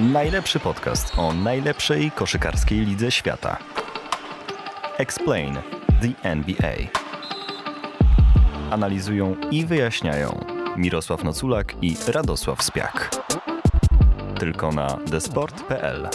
Najlepszy podcast o najlepszej koszykarskiej lidze świata. Explain the NBA. Analizują i wyjaśniają Mirosław Noculak i Radosław Spiak. Tylko na thesport.pl.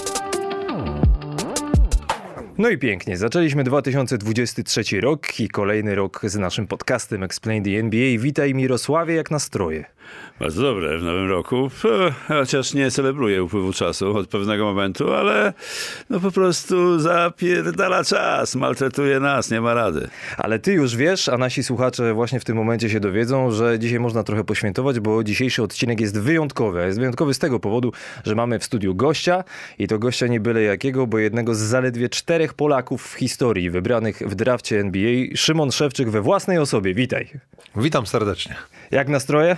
No i pięknie, zaczęliśmy 2023 rok i kolejny rok z naszym podcastem Explain the NBA. Witaj Mirosławie, jak nastroje? Bardzo dobre w nowym roku, chociaż nie celebruję upływu czasu od pewnego momentu, ale no po prostu zapierdala czas, maltretuje nas, nie ma rady. Ale ty już wiesz, a nasi słuchacze właśnie w tym momencie się dowiedzą, że dzisiaj można trochę poświętować, bo dzisiejszy odcinek jest wyjątkowy. Jest wyjątkowy z tego powodu, że mamy w studiu gościa i to gościa nie byle jakiego, bo jednego z zaledwie 4 Polaków w historii wybranych w drafcie NBA, Szymon Szewczyk we własnej osobie. Witaj. Witam serdecznie. Jak nastroje?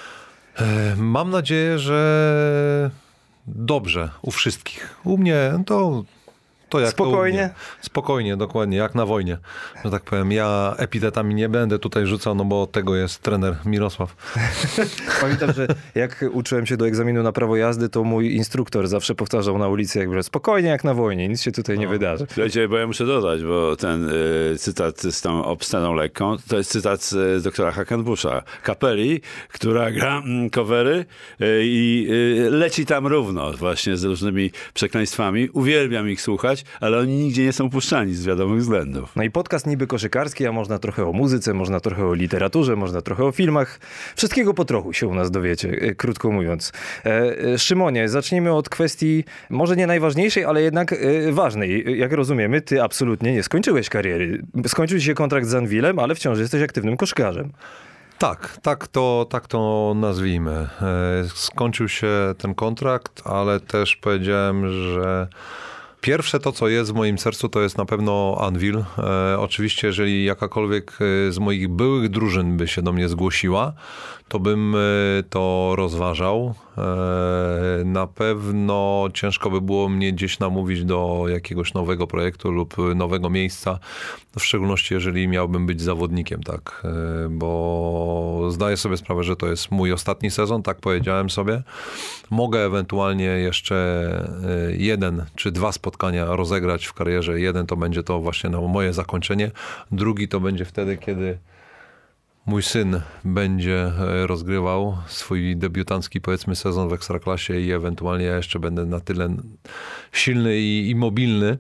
Mam nadzieję, że dobrze u wszystkich. U mnie to jak spokojnie? To u mnie. Spokojnie, dokładnie, jak na wojnie. Że tak powiem, ja epitetami nie będę tutaj rzucał, no bo od tego jest trener Mirosław. Pamiętam, że jak uczyłem się do egzaminu na prawo jazdy, to mój instruktor zawsze powtarzał na ulicy, jakby spokojnie jak na wojnie, nic się tutaj nie wydarzy. Słuchajcie, bo ja muszę dodać, bo ten cytat z tą obsceną lekką, to jest cytat z doktora Hackenbusha, kapeli, która gra covery i leci tam równo właśnie z różnymi przekleństwami. Uwielbiam ich słuchać, ale oni nigdzie nie są puszczani z wiadomych względów. No i podcast niby koszykarski, a można trochę o muzyce, można trochę o literaturze, można trochę o filmach. Wszystkiego po trochu się u nas dowiecie, krótko mówiąc. Szymonie, zacznijmy od kwestii może nie najważniejszej, ale jednak ważnej. Jak rozumiemy, ty absolutnie nie skończyłeś kariery. Skończył ci się kontrakt z Anvilem, ale wciąż jesteś aktywnym koszykarzem. Tak to nazwijmy. Skończył się ten kontrakt, ale też powiedziałem, że pierwsze to, co jest w moim sercu, to jest na pewno Anvil. Oczywiście, jeżeli jakakolwiek z moich byłych drużyn by się do mnie zgłosiła, to bym to rozważał. Na pewno ciężko by było mnie gdzieś namówić do jakiegoś nowego projektu lub nowego miejsca, w szczególności jeżeli miałbym być zawodnikiem, tak, bo zdaję sobie sprawę, że to jest mój ostatni sezon, tak powiedziałem sobie. Mogę ewentualnie jeszcze 1 czy 2 spotkania rozegrać w karierze. Jeden to będzie to właśnie moje zakończenie, drugi to będzie wtedy, kiedy mój syn będzie rozgrywał swój debiutancki, powiedzmy, sezon w Ekstraklasie i ewentualnie ja jeszcze będę na tyle silny i mobilny,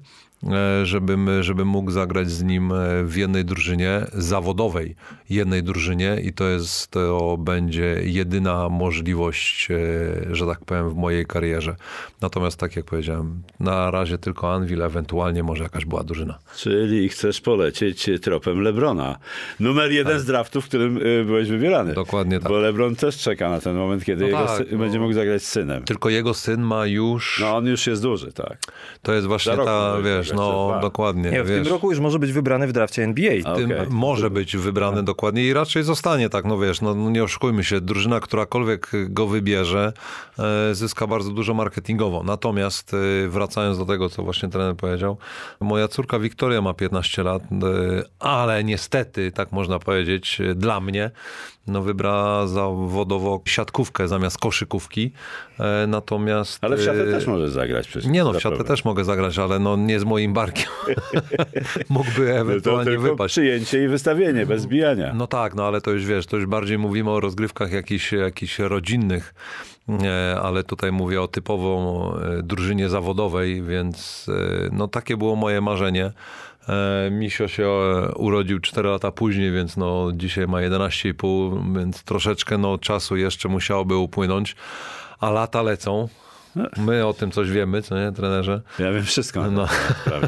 żebym mógł zagrać z nim w jednej drużynie zawodowej, jednej drużynie i to będzie jedyna możliwość, że tak powiem, w mojej karierze. Natomiast tak jak powiedziałem, na razie tylko Anvil, ewentualnie może jakaś była drużyna. Czyli chcesz polecieć tropem LeBrona. Numer 1 z draftu, w którym byłeś wybierany. Dokładnie tak. Bo LeBron też czeka na ten moment, kiedy będzie mógł zagrać z synem. Tylko jego syn ma już... No on już jest duży, tak. To jest właśnie wiesz, dokładnie. Nie, w tym roku już może być wybrany w drafcie NBA. Może być wybrany dokładnie i raczej zostanie tak, nie oszukujmy się, drużyna, którakolwiek go wybierze, zyska bardzo dużo marketingowo. Natomiast wracając do tego, co właśnie trener powiedział, moja córka Wiktoria ma 15 lat, ale niestety, tak można powiedzieć, dla mnie, wybrała zawodowo siatkówkę zamiast koszykówki. Natomiast... Ale w siatę też możesz zagrać przecież. Nie w siatę też mogę zagrać, ale nie z moim barkiem. Mógłby ewentualnie to wypaść. Przyjęcie i wystawienie, bez bijania. No tak, ale to już wiesz, to już bardziej mówimy o rozgrywkach jakichś rodzinnych, ale tutaj mówię o typowo drużynie zawodowej, więc takie było moje marzenie. Misio się urodził 4 lata później, więc dzisiaj ma 11,5, więc troszeczkę czasu jeszcze musiałoby upłynąć, a lata lecą. My o tym coś wiemy, co nie, trenerze? Ja wiem wszystko. Prawie.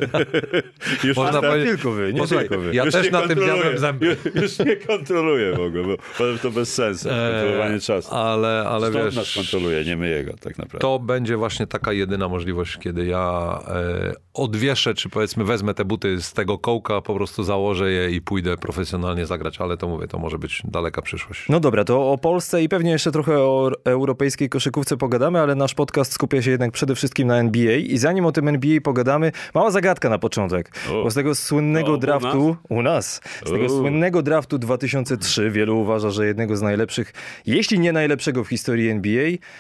Już można powiedzieć, tylko wy, nie tylko wy. Ja już też na tym zjadłem zęby. Już nie kontroluję w ogóle, bo potem to bez sensu. Kontrolowanie czasu. Ale wiesz, nas kontroluje, nie my jego tak naprawdę. To będzie właśnie taka jedyna możliwość, kiedy ja odwieszę, czy powiedzmy wezmę te buty z tego kołka, po prostu założę je i pójdę profesjonalnie zagrać, ale to mówię, to może być daleka przyszłość. No dobra, to o Polsce i pewnie jeszcze trochę o europejskiej koszykówce pogadamy, ale nasz podcast skupia się jednak przede wszystkim na NBA i zanim o tym NBA pogadamy, mała zagadka na początek. Bo z tego słynnego draftu z tego słynnego draftu 2003 wielu uważa, że jednego z najlepszych, jeśli nie najlepszego w historii NBA,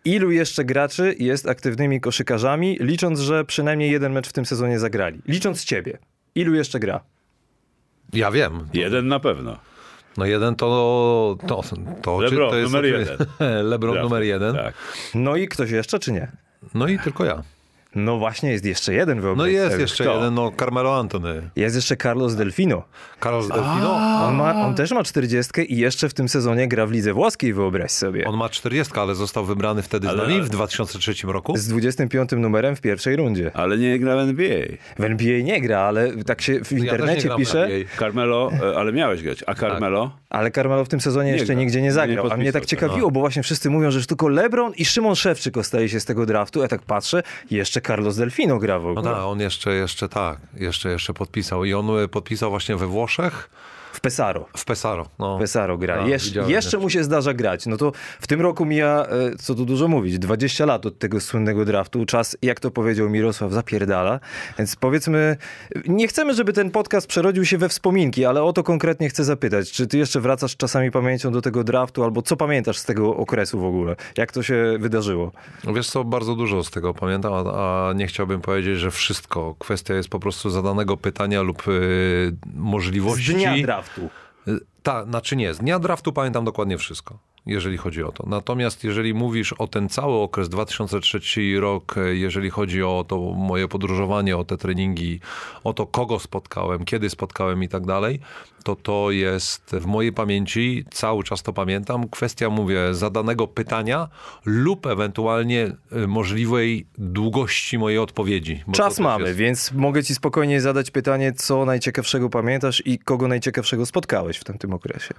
Ilu jeszcze graczy jest aktywnymi koszykarzami, licząc, że przynajmniej jeden mecz w tym sezonie zagrali? Licząc ciebie. Ilu jeszcze gra? Ja wiem. Jeden na pewno. No jeden to LeBron to jest numer 1. LeBron numer 1. Tak. No i ktoś jeszcze, czy nie? No i tylko ja. No właśnie, jest jeszcze jeden, No wyobraź jest sobie. jeszcze Kto? jeden, Carmelo Anthony. Jest jeszcze Carlos Delfino. Carlos Delfino. On też ma 40 i jeszcze w tym sezonie gra w lidze włoskiej, wyobraź sobie. On ma 40, ale został wybrany wtedy z nami w 2003 roku. Z 25 numerem w pierwszej rundzie. Ale nie gra w NBA. W NBA nie gra, ale tak się w Ja też nie internecie gram w pisze. NBA. Carmelo, ale miałeś grać. A Carmelo? Ale Carmelo w tym sezonie Nie jeszcze gra. nigdzie nie Nie zagrał. A mnie podpisał tak się, ciekawiło, bo właśnie wszyscy mówią, że już tylko LeBron i Szymon Szewczyk ostaje się z tego draftu. Ja tak patrzę, jeszcze Carlos Delfino gra w No ogóle. tak, on jeszcze podpisał. I on podpisał właśnie we Włoszech, W Pesaro. w Pesaro. No. Pesaro gra. Tak, widziałem Jeszcze mu się zdarza grać. No to w tym roku mija, co tu dużo mówić, 20 lat od tego słynnego draftu. Czas, jak to powiedział Mirosław, zapierdala. Więc powiedzmy, nie chcemy, żeby ten podcast przerodził się we wspominki, ale o to konkretnie chcę zapytać. Czy ty jeszcze wracasz czasami pamięcią do tego draftu, albo co pamiętasz z tego okresu w ogóle? Jak to się wydarzyło? Wiesz co, bardzo dużo z tego pamiętam, a nie chciałbym powiedzieć, że wszystko. Kwestia jest po prostu zadanego pytania lub możliwości. Z dnia draftu. Tak, znaczy nie, z dnia draftu pamiętam dokładnie wszystko, jeżeli chodzi o to. Natomiast jeżeli mówisz o ten cały okres, 2003 rok, jeżeli chodzi o to moje podróżowanie, o te treningi, o to kogo spotkałem, kiedy spotkałem i tak dalej, to jest w mojej pamięci, cały czas to pamiętam, kwestia, mówię, zadanego pytania lub ewentualnie możliwej długości mojej odpowiedzi. Bo Czas to też mamy, jest- więc mogę ci spokojnie zadać pytanie, co najciekawszego pamiętasz i kogo najciekawszego spotkałeś w tamtym okresie.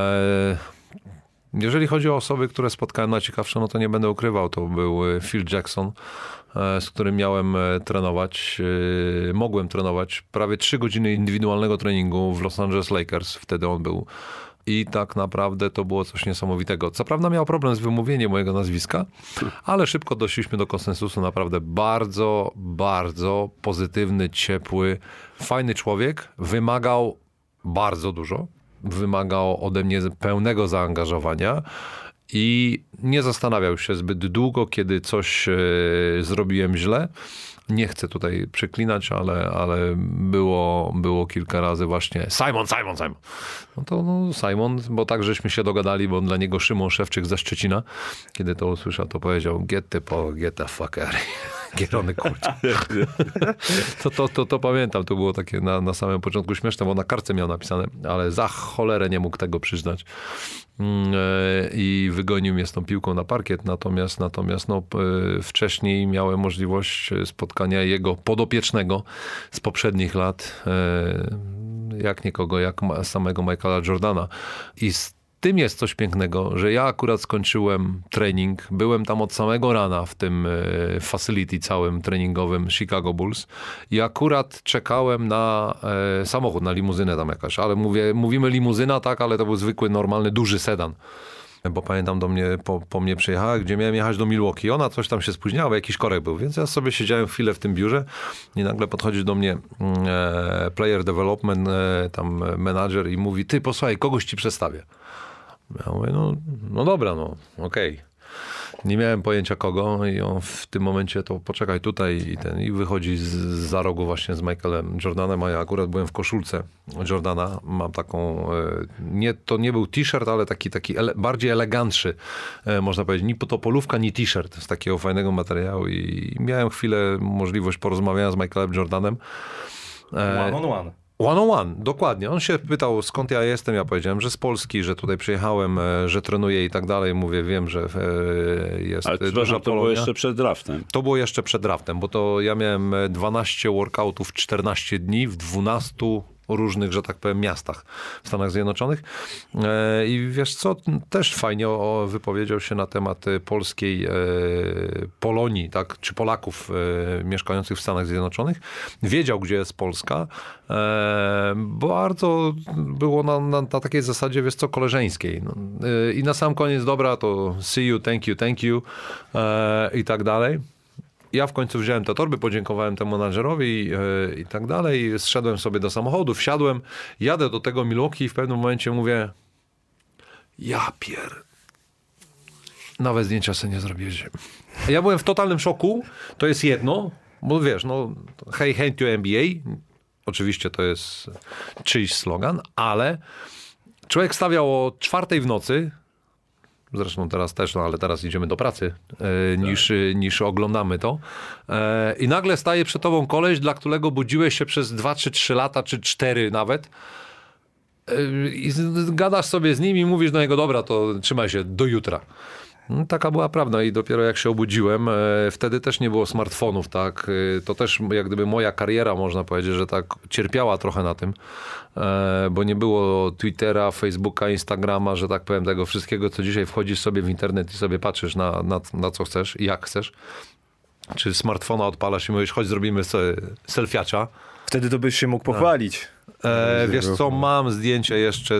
Jeżeli chodzi o osoby, które spotkałem najciekawsze, no to nie będę ukrywał. To był Phil Jackson, z którym miałem trenować, mogłem trenować prawie 3 godziny indywidualnego treningu w Los Angeles Lakers. Wtedy on był. I tak naprawdę to było coś niesamowitego. Co prawda miał problem z wymówieniem mojego nazwiska, ale szybko doszliśmy do konsensusu. Naprawdę bardzo, bardzo pozytywny, ciepły, fajny człowiek. Wymagał bardzo dużo. Wymagał ode mnie pełnego zaangażowania i nie zastanawiał się zbyt długo, kiedy coś zrobiłem źle. Nie chcę tutaj przeklinać, ale było kilka razy właśnie Simon. No to Simon, bo tak żeśmy się dogadali, bo dla niego Szymon Szewczyk ze Szczecina, kiedy to usłyszał, to powiedział get the fuck out. Gierony kurczę. To pamiętam, to było takie na samym początku śmieszne, bo na kartce miał napisane, ale za cholerę nie mógł tego przyznać. I wygonił mnie z tą piłką na parkiet, natomiast wcześniej miałem możliwość spotkania jego podopiecznego z poprzednich lat, jak nikogo, jak samego Michaela Jordana. I z tym jest coś pięknego, że ja akurat skończyłem trening, byłem tam od samego rana w tym facility całym treningowym Chicago Bulls i akurat czekałem na samochód, na limuzynę tam jakaś, ale mówimy limuzyna, tak, ale to był zwykły, normalny, duży sedan. Bo pamiętam, po mnie przyjechała, gdzie miałem jechać do Milwaukee. Ona coś tam się spóźniała, jakiś korek był, więc ja sobie siedziałem chwilę w tym biurze i nagle podchodzi do mnie player development, tam menadżer i mówi, ty posłuchaj, kogoś ci przedstawię. Ja mówię, no dobra, okej. Nie miałem pojęcia kogo i on w tym momencie to poczekaj tutaj i wychodzi za rogu właśnie z Michaelem Jordanem, a ja akurat byłem w koszulce Jordana. Mam taką, to nie był t-shirt, ale taki bardziej elegantszy, można powiedzieć. Ni to polówka, ni t-shirt z takiego fajnego materiału i miałem chwilę możliwość porozmawiania z Michaelem Jordanem. One on one. One on one, dokładnie. On się pytał, skąd ja jestem. Ja powiedziałem, że z Polski, że tutaj przyjechałem, że trenuję i tak dalej. Mówię, wiem, że jest Ale duża to było jeszcze przed draftem. To było jeszcze przed draftem, bo to ja miałem 12 workoutów, 14 dni w 12 różnych, że tak powiem, miastach w Stanach Zjednoczonych. I wiesz co, też fajnie wypowiedział się na temat polskiej Polonii, tak, czy Polaków mieszkających w Stanach Zjednoczonych. Wiedział, gdzie jest Polska. Bardzo było na takiej zasadzie, wiesz co, koleżeńskiej. I na sam koniec, dobra, to see you, thank you i tak dalej. Ja w końcu wziąłem te torby, podziękowałem temu menadżerowi i tak dalej. Zszedłem sobie do samochodu, wsiadłem, jadę do tego Milwaukee i w pewnym momencie mówię, Nawet zdjęcia sobie nie zrobiłeś. Ja byłem w totalnym szoku. To jest jedno, bo wiesz, no hej, chęć to NBA. Oczywiście to jest czyjś slogan, ale człowiek stawiał o 4:00 w nocy, zresztą teraz też, no ale teraz idziemy do pracy, niż oglądamy to. I nagle staje przed tobą koleś, dla którego budziłeś się przez 2 czy 3 lata, czy 4 nawet. I gadasz sobie z nim i mówisz do niego, dobra, to trzymaj się, do jutra. No, taka była prawda i dopiero jak się obudziłem, wtedy też nie było smartfonów, tak, to też jak gdyby moja kariera, można powiedzieć, że tak cierpiała trochę na tym, bo nie było Twittera, Facebooka, Instagrama, że tak powiem, tego wszystkiego, co dzisiaj wchodzisz sobie w internet i sobie patrzysz na co chcesz i jak chcesz, czy smartfona odpalasz i mówisz, chodź zrobimy sobie selfiacza. Wtedy to byś się mógł pochwalić. Wiesz co, mam zdjęcie jeszcze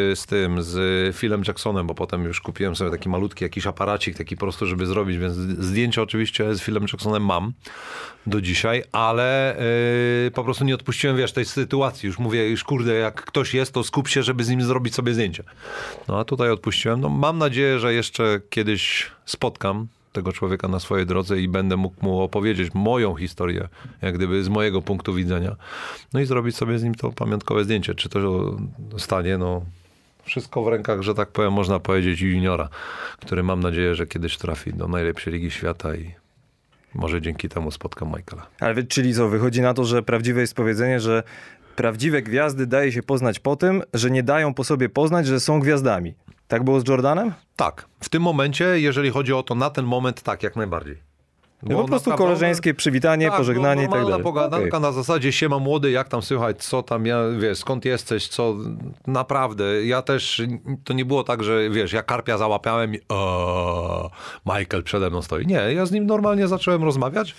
z Philem Jacksonem, bo potem już kupiłem sobie taki malutki jakiś aparacik, taki po prostu, żeby zrobić, więc zdjęcie oczywiście z Philem Jacksonem mam do dzisiaj, ale po prostu nie odpuściłem, wiesz, tej sytuacji. Już mówię, już kurde, jak ktoś jest, to skup się, żeby z nim zrobić sobie zdjęcie. No a tutaj odpuściłem. No mam nadzieję, że jeszcze kiedyś spotkam tego człowieka na swojej drodze i będę mógł mu opowiedzieć moją historię, jak gdyby z mojego punktu widzenia. No i zrobić sobie z nim to pamiątkowe zdjęcie. Czy to stanie? No wszystko w rękach, że tak powiem, można powiedzieć, juniora, który mam nadzieję, że kiedyś trafi do najlepszej ligi świata i może dzięki temu spotkam Michaela. Ale czyli co, wychodzi na to, że prawdziwe jest powiedzenie, że prawdziwe gwiazdy daje się poznać po tym, że nie dają po sobie poznać, że są gwiazdami. Tak było z Jordanem? Tak. W tym momencie, jeżeli chodzi o to, na ten moment, tak, jak najbardziej. Bo po prostu koleżeńskie przywitanie, tak, pożegnanie i tak dalej. Pogadanka na zasadzie, siema młody, jak tam słychać, co tam, wiesz, skąd jesteś, co, naprawdę, ja też, to nie było tak, że wiesz, ja karpia załapałem i Michael przede mną stoi. Nie, ja z nim normalnie zacząłem rozmawiać.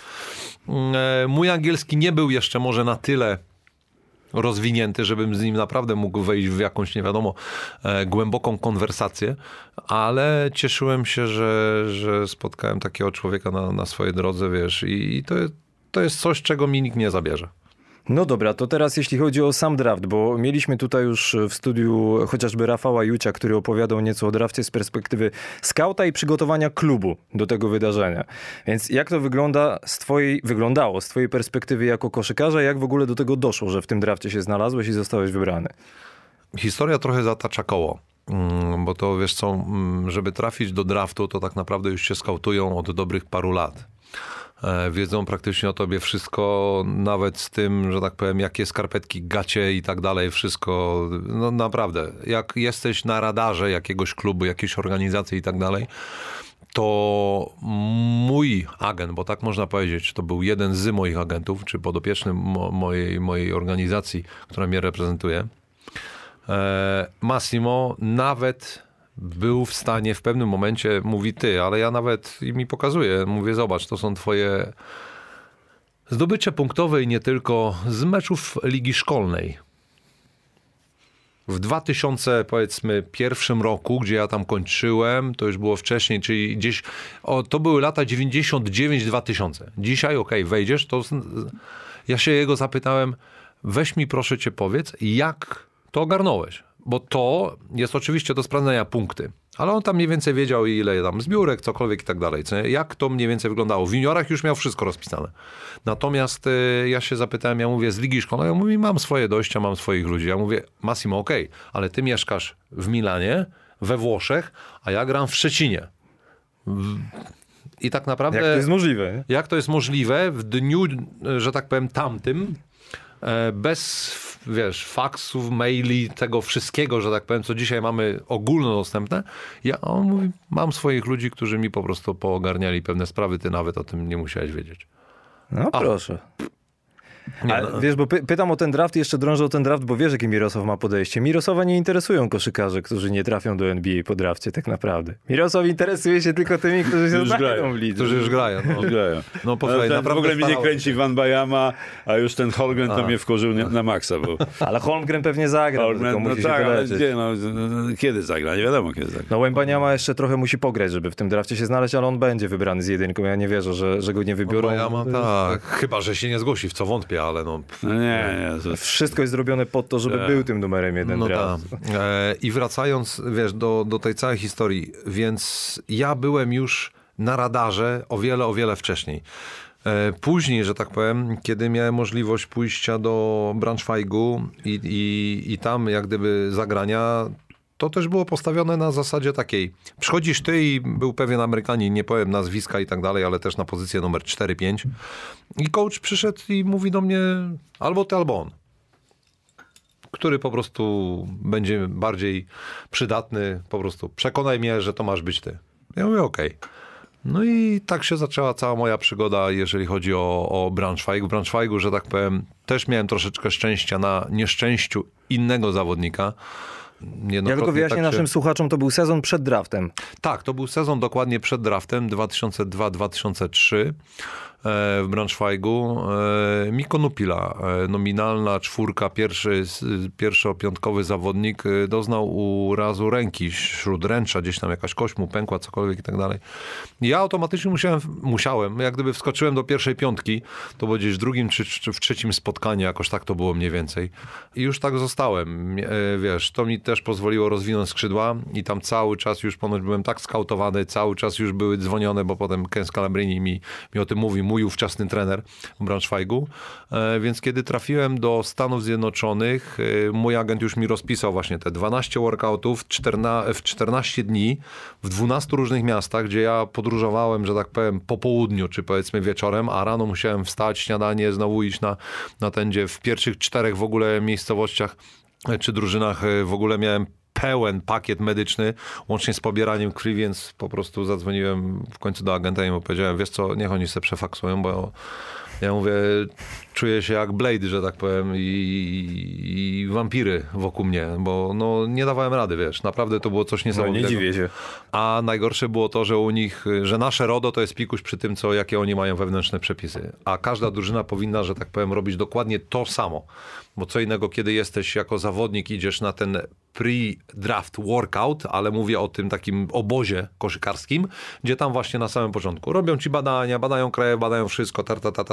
Mój angielski nie był jeszcze może na tyle rozwinięty, żebym z nim naprawdę mógł wejść w jakąś, nie wiadomo, głęboką konwersację, ale cieszyłem się, że spotkałem takiego człowieka na swojej drodze, wiesz, i to jest coś, czego mi nikt nie zabierze. No dobra, to teraz jeśli chodzi o sam draft, bo mieliśmy tutaj już w studiu chociażby Rafała Jucia, który opowiadał nieco o drafcie z perspektywy skauta i przygotowania klubu do tego wydarzenia. Więc jak to wyglądało z twojej perspektywy jako koszykarza, jak w ogóle do tego doszło, że w tym drafcie się znalazłeś i zostałeś wybrany? Historia trochę zatacza koło, bo to wiesz co, żeby trafić do draftu, to tak naprawdę już się skautują od dobrych paru lat. Wiedzą praktycznie o tobie wszystko, nawet z tym, że tak powiem, jakie skarpetki, gacie i tak dalej, wszystko, no naprawdę. Jak jesteś na radarze jakiegoś klubu, jakiejś organizacji i tak dalej, to mój agent, bo tak można powiedzieć, to był jeden z moich agentów, czy podopieczny mojej organizacji, która mnie reprezentuje, Massimo, nawet był w stanie w pewnym momencie, mówi ty, ale ja nawet i mi pokazuje, mówię, zobacz, to są twoje zdobycze punktowe i nie tylko z meczów ligi szkolnej. W 2001 roku, gdzie ja tam kończyłem, to już było wcześniej, czyli gdzieś, to były lata 99-2000. Dzisiaj, wejdziesz, to ja się jego zapytałem, weź mi proszę cię powiedz, jak to ogarnąłeś? Bo to jest oczywiście do sprawdzenia punkty. Ale on tam mniej więcej wiedział, ile tam zbiórek, cokolwiek i tak dalej. Jak to mniej więcej wyglądało. W juniorach już miał wszystko rozpisane. Natomiast ja się zapytałem, ja mówię, z ligi szkolnej, ja mówię, mam swoje dojścia, mam swoich ludzi. Ja mówię, Massimo, ale ty mieszkasz w Milanie, we Włoszech, a ja gram w Szczecinie. I tak naprawdę... Jak to jest możliwe? Nie? Jak to jest możliwe w dniu, że tak powiem, tamtym, bez, wiesz, faksów, maili, tego wszystkiego, że tak powiem, co dzisiaj mamy ogólnodostępne. On mówi, mam swoich ludzi, którzy mi po prostu poogarniali pewne sprawy, ty nawet o tym nie musiałeś wiedzieć. No proszę. Wiesz, bo pytam o ten draft i jeszcze drążę o ten draft, bo wiesz, jakie Mirosław ma podejście. Mirosława nie interesują koszykarze, którzy nie trafią do NBA po drafcie, tak naprawdę. Mirosław interesuje się tylko tymi, którzy się znajdą w lidze. Którzy już grają. No posłuchaj, naprawdę w ogóle mnie nie kręci Van Bayama, a już ten Holmgren to mnie wkurzył na maksa. Bo... Ale Holmgren pewnie zagra. Kiedy zagra? Nie wiadomo, kiedy zagra. No Wembanyama jeszcze trochę musi pograć, żeby w tym drafcie się znaleźć, ale on będzie wybrany z jedynką. Ja nie wierzę, że go nie wybiorą. Wembanyama, tak. Chyba, że się nie zgłosi, w co wątpię, sorry, ale no... Nie. Wszystko jest zrobione po to, żeby był tym numerem 1 No draft. I wracając, wiesz, do tej całej historii, więc ja byłem już na radarze o wiele wcześniej. Później, że tak powiem, kiedy miałem możliwość pójścia do Braunschweigu i tam jak gdyby zagrania, to też było postawione na zasadzie takiej. Przychodzisz ty i był pewien Amerykanin, nie powiem nazwiska i tak dalej, ale też na pozycję numer 4-5. I coach przyszedł i mówi do mnie albo ty, albo on. Który po prostu będzie bardziej przydatny, po prostu przekonaj mnie, że to masz być ty. Ja mówię okej. No i tak się zaczęła cała moja przygoda, jeżeli chodzi o Braunschweig. W Braunschweigu, że tak powiem, też miałem troszeczkę szczęścia na nieszczęściu innego zawodnika. Ja tylko wyjaśnię naszym słuchaczom, to był sezon przed draftem. Tak, to był sezon dokładnie przed draftem, 2002-2003 w Braunschweigu. Mikko Nupila, nominalna czwórka, pierwszopiątkowy zawodnik, doznał urazu ręki, śródręcza, gdzieś tam jakaś kość mu pękła, cokolwiek i tak dalej. Ja automatycznie musiałem, jak gdyby wskoczyłem do pierwszej piątki, to było gdzieś w drugim czy w trzecim spotkaniu, jakoś tak to było mniej więcej. I już tak zostałem. Wiesz, to mi też pozwoliło rozwinąć skrzydła i tam cały czas już ponoć byłem tak skautowany, cały czas już były dzwonione, bo potem Ken Scalabrini mi o tym mówi, mój ówczesny trener w Braunschweigu. Więc kiedy trafiłem do Stanów Zjednoczonych, mój agent już mi rozpisał właśnie te 12 workoutów w 14 dni w 12 różnych miastach, gdzie ja podróżowałem, że tak powiem, po południu, czy powiedzmy wieczorem, a rano musiałem wstać, śniadanie, znowu iść na ten, gdzie w pierwszych 4 w ogóle miejscowościach czy drużynach w ogóle miałem pełen pakiet medyczny, łącznie z pobieraniem krwi, więc po prostu zadzwoniłem w końcu do agenta i mu powiedziałem, wiesz co, niech oni se przefaksują, bo ja mówię, czuję się jak Blade, że tak powiem, i wampiry wokół mnie, bo no nie dawałem rady, wiesz, naprawdę to było coś niesamowitego. No nie dziwię się. A najgorsze było to, że u nich, że nasze RODO to jest pikuś przy tym, jakie oni mają wewnętrzne przepisy, a każda drużyna powinna, że tak powiem, robić dokładnie to samo, bo co innego, kiedy jesteś jako zawodnik, idziesz na ten pre-draft workout, ale mówię o tym takim obozie koszykarskim, gdzie tam właśnie na samym początku robią ci badania, badają krew, badają wszystko,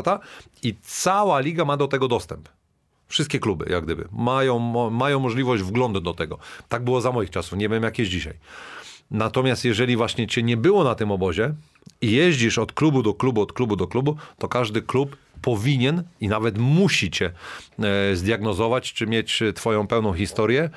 i cała liga ma do tego dostęp. Wszystkie kluby, jak gdyby, mają możliwość wglądu do tego. Tak było za moich czasów, nie wiem jak jest dzisiaj. Natomiast jeżeli właśnie cię nie było na tym obozie i jeździsz od klubu do klubu, to każdy klub powinien i nawet musi cię zdiagnozować, czy mieć twoją pełną historię,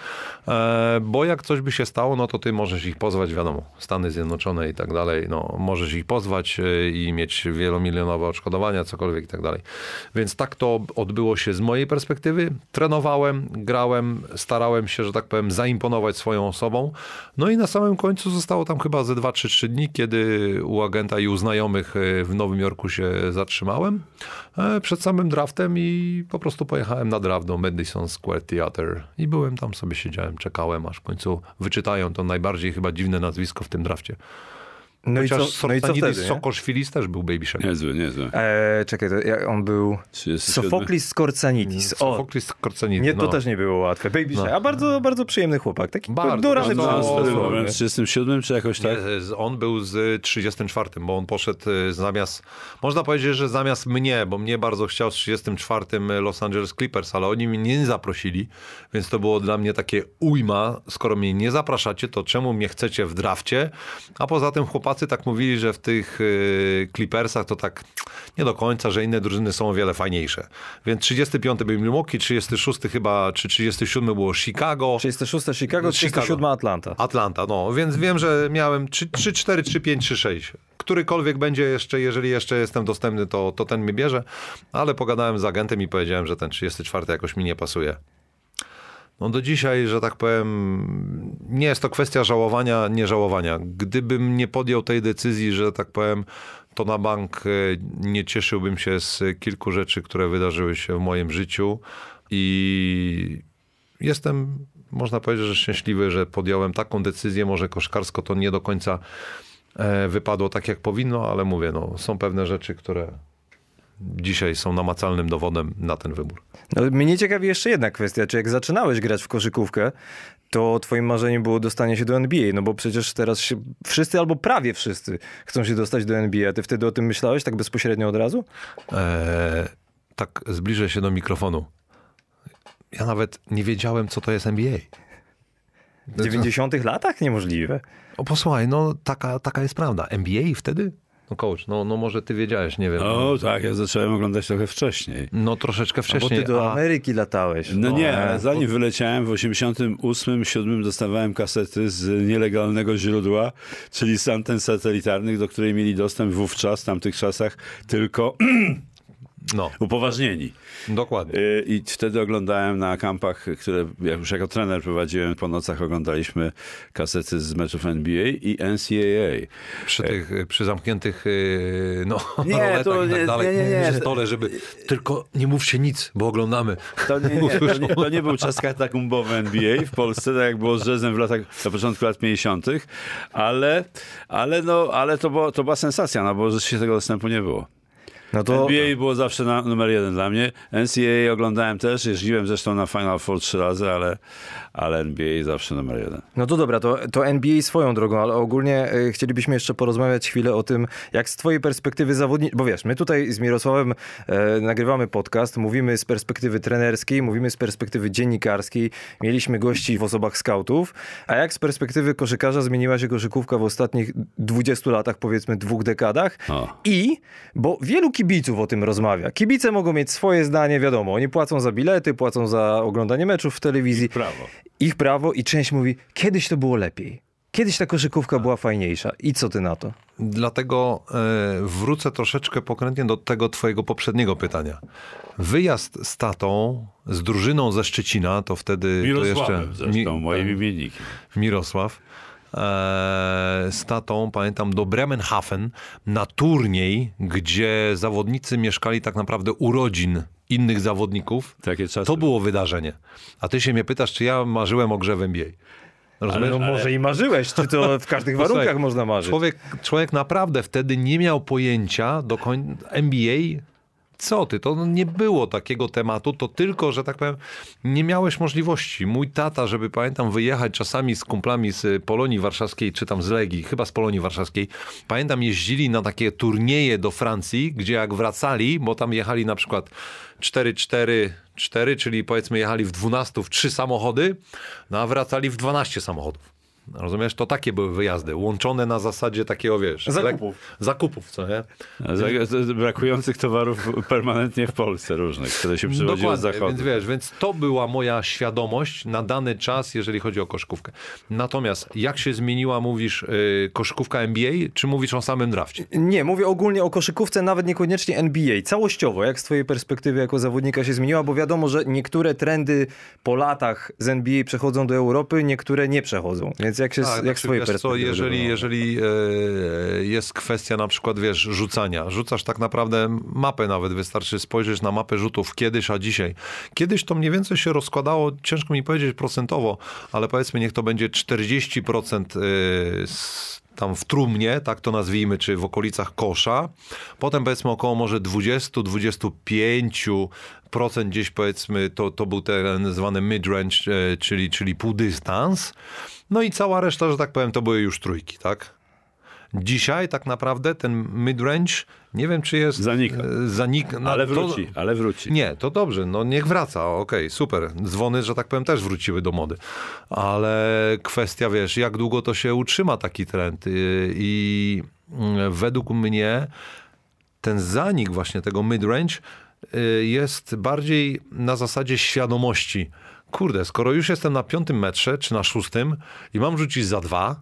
bo jak coś by się stało, no to ty możesz ich pozwać, wiadomo, Stany Zjednoczone i tak dalej, no możesz ich pozwać i mieć wielomilionowe odszkodowania, cokolwiek i tak dalej. Więc tak to odbyło się z mojej perspektywy. Trenowałem, grałem, starałem się, że tak powiem, zaimponować swoją osobą. No i na samym końcu zostało tam chyba ze 2 czy 3 dni, kiedy u agenta i u znajomych w Nowym Jorku się zatrzymałem przed samym draftem i po prostu pojechałem na draft do Madison Square Theater i byłem tam, sobie siedziałem, czekałem, aż w końcu wyczytają to najbardziej chyba dziwne nazwisko w tym drafcie. No i co wtedy? Sokoszwilis też był Baby Shark. Niezły. Czekaj, on był 37. Sofoklis Skorcanitis. Sofoklis Skorcanitis. Nie, to też nie było łatwe. Baby Shark, a bardzo, bardzo przyjemny chłopak. Taki durany w 37 czy jakoś tak? Nie, on był z 34, bo on poszedł zamiast, można powiedzieć, że zamiast mnie, bo mnie bardzo chciał z 34 Los Angeles Clippers, ale oni mnie nie zaprosili, więc to było dla mnie takie ujma, skoro mnie nie zapraszacie, to czemu mnie chcecie w drafcie? A poza tym chłopacy tak mówili, że w tych Clippersach to tak nie do końca, że inne drużyny są o wiele fajniejsze. Więc 35 był Milwaukee, 36 chyba, czy 37 było Chicago. 36 Chicago, 37 Atlanta. Atlanta, no. Więc wiem, że miałem 3-4, 3-5, 3-6. Którykolwiek będzie jeszcze, jeżeli jeszcze jestem dostępny, to ten mnie bierze. Ale pogadałem z agentem i powiedziałem, że ten 34 jakoś mi nie pasuje. No do dzisiaj, że tak powiem, nie jest to kwestia żałowania, nieżałowania. Gdybym nie podjął tej decyzji, że tak powiem, to na bank nie cieszyłbym się z kilku rzeczy, które wydarzyły się w moim życiu i jestem, można powiedzieć, że szczęśliwy, że podjąłem taką decyzję. Może koszkarsko to nie do końca wypadło tak, jak powinno, ale mówię, no, są pewne rzeczy, które dzisiaj są namacalnym dowodem na ten wybór. No, mnie ciekawi jeszcze jedna kwestia. Czy jak zaczynałeś grać w koszykówkę, to twoim marzeniem było dostanie się do NBA? No bo przecież teraz wszyscy albo prawie wszyscy chcą się dostać do NBA. A ty wtedy o tym myślałeś tak bezpośrednio od razu? tak zbliżę się do mikrofonu. Ja nawet nie wiedziałem, co to jest NBA. W 90 latach? Niemożliwe. O, posłuchaj, no taka jest prawda. NBA wtedy? No coach, no może ty wiedziałeś, nie wiem. O tak, ja zacząłem oglądać trochę wcześniej. No troszeczkę wcześniej. Bo ty do Ameryki latałeś. No nie, zanim wyleciałem w 88-7 dostawałem kasety z nielegalnego źródła, czyli z anten satelitarnych, do której mieli dostęp wówczas, w tamtych czasach, tylko upoważnieni. Dokładnie. I wtedy oglądałem na kampach, które już jako trener prowadziłem, po nocach oglądaliśmy kasety z meczów NBA i NCAA. Przy zamkniętych nie, to i tak dalej, nie. Przy stole, żeby tylko nie mówcie nic, bo oglądamy. To nie był czas katakumbowy NBA w Polsce, tak jak było z jazzem na początku lat 50., ale to była sensacja, no bo rzeczywiście tego dostępu nie było. No to... NBA było zawsze numer 1 dla mnie. NCAA oglądałem też, jeździłem zresztą na Final Four 3 razy, ale NBA zawsze numer 1. No to dobra, to NBA swoją drogą, ale ogólnie chcielibyśmy jeszcze porozmawiać chwilę o tym, jak z twojej perspektywy zawodniczej, bo wiesz, my tutaj z Mirosławem nagrywamy podcast, mówimy z perspektywy trenerskiej, mówimy z perspektywy dziennikarskiej, mieliśmy gości w osobach skautów, a jak z perspektywy koszykarza zmieniła się koszykówka w ostatnich 20 latach, powiedzmy 2 dekadach bo wielu kibiców o tym rozmawia. Kibice mogą mieć swoje zdanie, wiadomo, oni płacą za bilety, płacą za oglądanie meczów w telewizji. Ich prawo i część mówi, kiedyś to było lepiej. Kiedyś ta koszykówka była fajniejsza. I co ty na to? Dlatego wrócę troszeczkę pokrętnie do tego twojego poprzedniego pytania. Wyjazd z tatą, z drużyną ze Szczecina, to wtedy... Mirosławem zresztą, moim imiennikiem. Mirosław. Z tatą, pamiętam, do Bremenhaven na turniej, gdzie zawodnicy mieszkali tak naprawdę u rodzin innych zawodników. Takie czasy. To było wydarzenie. A ty się mnie pytasz, czy ja marzyłem o grze w NBA. Ale może i marzyłeś, czy to w każdych warunkach można marzyć. Człowiek naprawdę wtedy nie miał pojęcia do końca NBA. Co ty, to nie było takiego tematu, to tylko, że tak powiem, nie miałeś możliwości. Mój tata, żeby pamiętam wyjechać czasami z kumplami z Polonii Warszawskiej, czy tam z Legii, chyba z Polonii Warszawskiej, pamiętam jeździli na takie turnieje do Francji, gdzie jak wracali, bo tam jechali na przykład 4-4, czyli powiedzmy jechali w 12 w 3 samochody, no a wracali w 12 samochodów. Rozumiesz? To takie były wyjazdy, łączone na zasadzie takiego, wiesz... Zakupów, co nie? Brakujących towarów permanentnie w Polsce różnych, które się przywoziło z zachodu. Więc to była moja świadomość na dany czas, jeżeli chodzi o koszykówkę. Natomiast jak się zmieniła, mówisz, koszykówka NBA, czy mówisz o samym drafcie? Nie, mówię ogólnie o koszykówce, nawet niekoniecznie NBA. Całościowo, jak z twojej perspektywy jako zawodnika się zmieniła, bo wiadomo, że niektóre trendy po latach z NBA przechodzą do Europy, niektóre nie przechodzą. Więc jak z twojej perspektywy? Jeżeli jest kwestia na przykład, wiesz, rzucania. Rzucasz tak naprawdę mapę nawet, wystarczy spojrzeć na mapę rzutów kiedyś, a dzisiaj. Kiedyś to mniej więcej się rozkładało, ciężko mi powiedzieć procentowo, ale powiedzmy niech to będzie 40% tam w trumnie, tak to nazwijmy, czy w okolicach kosza. Potem powiedzmy około może 20-25% gdzieś powiedzmy to był ten zwany mid-range, czyli półdystans. No i cała reszta, że tak powiem, to były już trójki, tak? Dzisiaj tak naprawdę ten mid-range, nie wiem czy jest... Zanika. Ale wróci. Nie, to dobrze, no niech wraca, okej, super. Dzwony, że tak powiem, też wróciły do mody. Ale kwestia, wiesz, jak długo to się utrzyma taki trend i według mnie ten zanik właśnie tego mid-range jest bardziej na zasadzie świadomości. Kurde, skoro już jestem na 5. metrze, czy na 6 i mam rzucić za 2,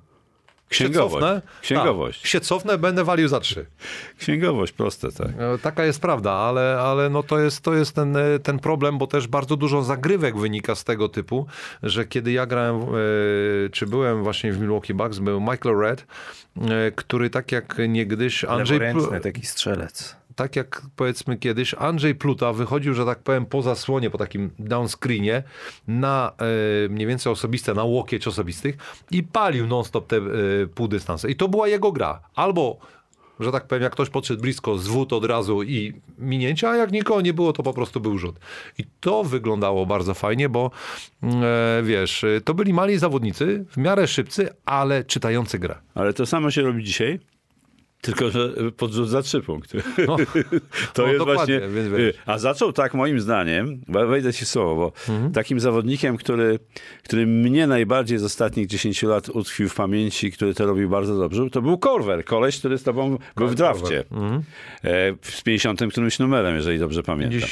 Księgowość. Się cofnę, będę walił za 3. Księgowość, proste, tak. Taka jest prawda, ale no to jest ten problem, bo też bardzo dużo zagrywek wynika z tego typu, że kiedy ja grałem, czy byłem właśnie w Milwaukee Bucks, był Michael Redd, który tak jak niegdyś leworęczny taki strzelec. Tak jak powiedzmy kiedyś Andrzej Pluta wychodził, że tak powiem, po zasłonie, po takim downscreenie na mniej więcej osobiste, na łokieć osobistych i palił non-stop te półdystanse. I to była jego gra. Albo, że tak powiem, jak ktoś podszedł blisko, zwód od razu i minięcie, a jak nikogo nie było, to po prostu był rzut. I to wyglądało bardzo fajnie, bo wiesz, to byli mali zawodnicy, w miarę szybcy, ale czytający grę. Ale to samo się robi dzisiaj? Tylko, że podrzut za 3 punkty. No, To jest właśnie... więc wiesz. A zaczął tak moim zdaniem, wejdę ci w słowo, bo takim zawodnikiem, który mnie najbardziej z ostatnich 10 lat utkwił w pamięci, który to robił bardzo dobrze, to był Korver, koleś, który z tobą był w drafcie. Z 50 którymś numerem, jeżeli dobrze pamiętam.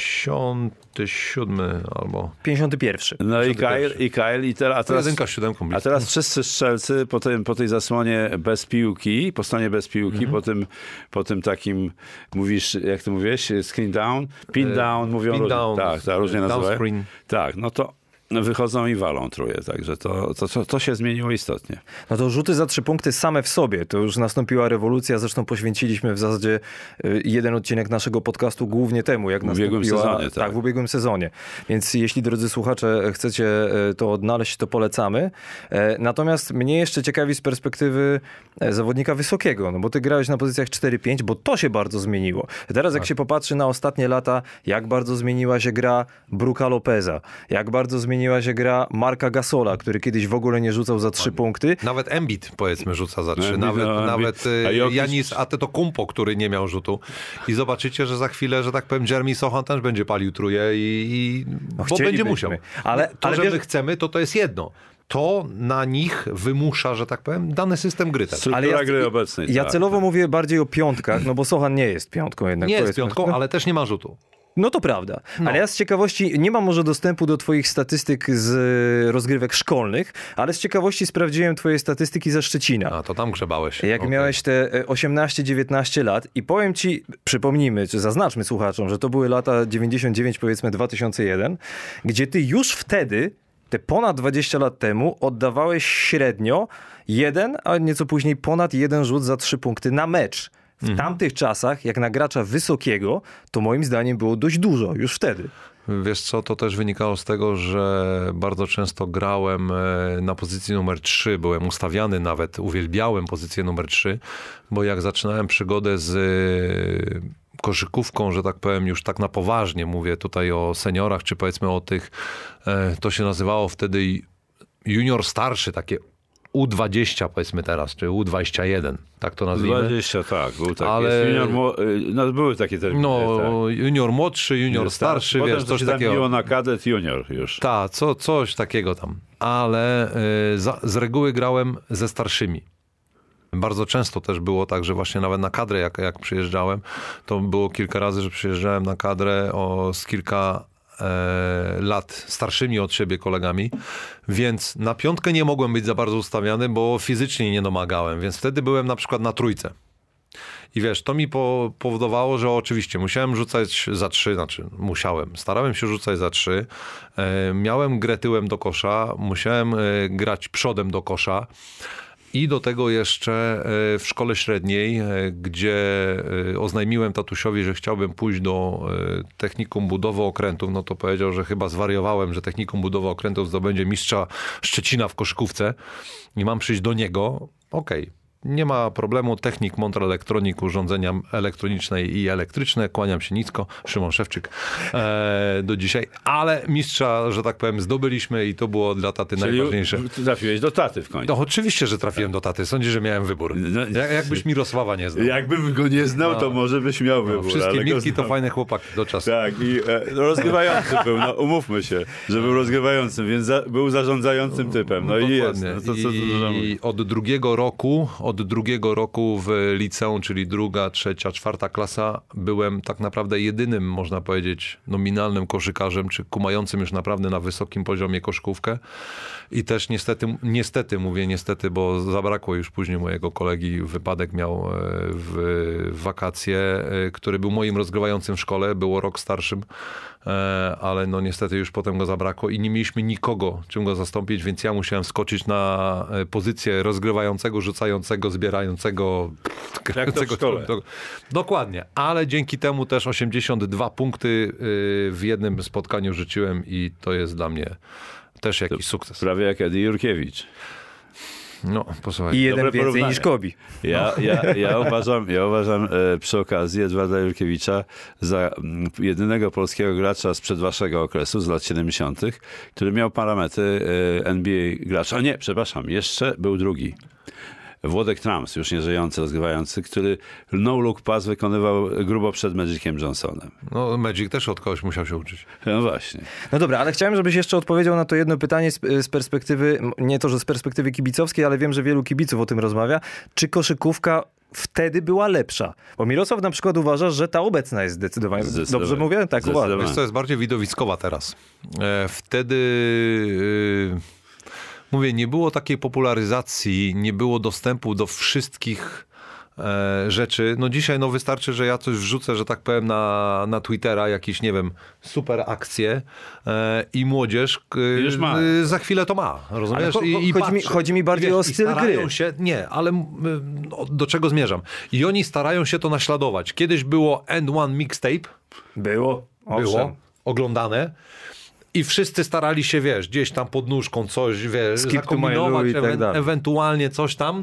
57 albo... 51. No i Kyle i teraz... Jedynka z 7 A teraz wszyscy strzelcy po tej zasłonie bez piłki, po stronie bez piłki, po tym takim, mówisz, jak ty mówiłeś, screen down, pin down, mówią pin różnie. down, Tak, różnie nazywają. screen. Tak, no to wychodzą i walą truje, także to się zmieniło istotnie. No to rzuty za 3 punkty same w sobie, to już nastąpiła rewolucja, zresztą poświęciliśmy w zasadzie jeden odcinek naszego podcastu głównie temu, jak nastąpiła... W ubiegłym sezonie, tak. W ubiegłym sezonie. Więc jeśli, drodzy słuchacze, chcecie to odnaleźć, to polecamy. Natomiast mnie jeszcze ciekawi z perspektywy zawodnika wysokiego, no bo ty grałeś na pozycjach 4-5, bo to się bardzo zmieniło. Teraz jak się popatrzy na ostatnie lata, jak bardzo zmieniła się gra Brooka Lopeza, jak bardzo zmieniła się gra Marka Gasola, który kiedyś w ogóle nie rzucał za 3 punkty. Nawet Embiid, powiedzmy, rzuca za 3. Embiid, Nawet Janis Antetokounmpo, który nie miał rzutu. I zobaczycie, że za chwilę, że tak powiem, Jeremy Sohan też będzie palił truje bo będzie musiał. Ale że wiesz, my chcemy, to jest jedno. To na nich wymusza, że tak powiem, dany system gry. Struktura gry obecnej. Ja tak. celowo mówię bardziej o piątkach, no bo Sohan nie jest piątką jednak. Nie jest powiedzmy. piątką, ale też nie ma rzutu. No to prawda. Ale ja z ciekawości, nie mam może dostępu do twoich statystyk z rozgrywek szkolnych, ale z ciekawości sprawdziłem twoje statystyki ze Szczecina. A, to tam grzebałeś. Jak miałeś te 18-19 lat i powiem ci, przypomnijmy, czy zaznaczmy słuchaczom, że to były lata 99, powiedzmy 2001, gdzie ty już wtedy, te ponad 20 lat temu, oddawałeś średnio 1, a nieco później ponad 1 rzut za 3 punkty na mecz. W tamtych czasach, jak na gracza wysokiego, to moim zdaniem było dość dużo, już wtedy. Wiesz co, to też wynikało z tego, że bardzo często grałem na pozycji numer 3, byłem ustawiany nawet, uwielbiałem pozycję numer 3, bo jak zaczynałem przygodę z koszykówką, że tak powiem, już tak na poważnie, mówię tutaj o seniorach, czy powiedzmy o tych, to się nazywało wtedy junior starszy, takie U20 powiedzmy teraz, czy U21, tak to nazwijmy. 20, tak, był taki. Ale... Junior, były takie terminy. No, tak. Junior młodszy, junior starszy, Potem wiesz, coś takiego. Było na kadet junior już. Tak, coś takiego tam. Ale z reguły grałem ze starszymi. Bardzo często też było tak, że właśnie nawet na kadrę jak przyjeżdżałem, to było kilka razy, że przyjeżdżałem na kadrę z kilka lat starszymi od siebie kolegami, więc na piątkę nie mogłem być za bardzo ustawiany, bo fizycznie nie domagałem, więc wtedy byłem na przykład na trójce. I wiesz, to mi powodowało, że oczywiście musiałem rzucać za 3, starałem się rzucać za 3, miałem grę tyłem do kosza, musiałem grać przodem do kosza. I do tego jeszcze w szkole średniej, gdzie oznajmiłem tatusiowi, że chciałbym pójść do technikum budowy okrętów, no to powiedział, że chyba zwariowałem, że technikum budowy okrętów zdobędzie mistrza Szczecina w koszykówce i mam przyjść do niego. Okej. Nie ma problemu. Technik Montr Elektronik, urządzenia elektroniczne i elektryczne. Kłaniam się nisko. Szymon Szewczyk do dzisiaj. Ale mistrza, że tak powiem, zdobyliśmy i to było dla taty najważniejsze. Trafiłeś do taty w końcu. No oczywiście, że trafiłem do taty. Sądzisz, że miałem wybór. Jakbyś Mirosława nie znał. Jakbym go nie znał, to może byś miał wybór. Wszystkie Milki to fajne chłopaki do czasu. Tak, i rozgrywający był. No, umówmy się, że był rozgrywającym, więc był zarządzającym typem. No i jest. No, to, I od drugiego roku w liceum, czyli 2., 3., 4. klasa, byłem tak naprawdę jedynym, można powiedzieć, nominalnym koszykarzem, czy kumającym już naprawdę na wysokim poziomie koszykówkę. I też mówię niestety, bo zabrakło już później mojego kolegi, wypadek miał w wakacje, który był moim rozgrywającym w szkole, było rok starszym, ale no niestety już potem go zabrakło i nie mieliśmy nikogo, czym go zastąpić, więc ja musiałem skoczyć na pozycję rozgrywającego, rzucającego, zbierającego, grającego. Dokładnie, ale dzięki temu też 82 punkty w jednym spotkaniu rzuciłem i to jest dla mnie też jakiś sukces. Prawie jak Eddie Jurkiewicz. No, posłuchaj. I jeden więcej niż Kobi. Ja uważam przy okazji Edwarda Jurkiewicza za jedynego polskiego gracza sprzed waszego okresu, z lat 70., który miał parametry NBA gracza. Nie, przepraszam, jeszcze był drugi. Włodek Trams, już nieżyjący, rozgrywający, który no-look pass wykonywał grubo przed Magiciem Johnsonem. No Magic też od kogoś musiał się uczyć. No właśnie. No dobra, ale chciałem, żebyś jeszcze odpowiedział na to jedno pytanie z perspektywy, nie to, że z perspektywy kibicowskiej, ale wiem, że wielu kibiców o tym rozmawia. Czy koszykówka wtedy była lepsza? Bo Mirosław na przykład uważa, że ta obecna jest zdecydowanie. Dobrze mówię? Tak, uważam. Wiesz co, jest bardziej widowiskowa teraz. Wtedy... Mówię, nie było takiej popularyzacji, nie było dostępu do wszystkich rzeczy. No dzisiaj wystarczy, że ja coś wrzucę, że tak powiem, na Twittera, jakieś, nie wiem, super akcje i młodzież już ma. Za chwilę to ma, rozumiesz? Chodzi mi bardziej o styl gry. Ale do czego zmierzam? I oni starają się to naśladować. Kiedyś było End One Mixtape. Było. Oglądane. I wszyscy starali się, gdzieś tam pod nóżką coś, zakombinować, ewentualnie coś tam,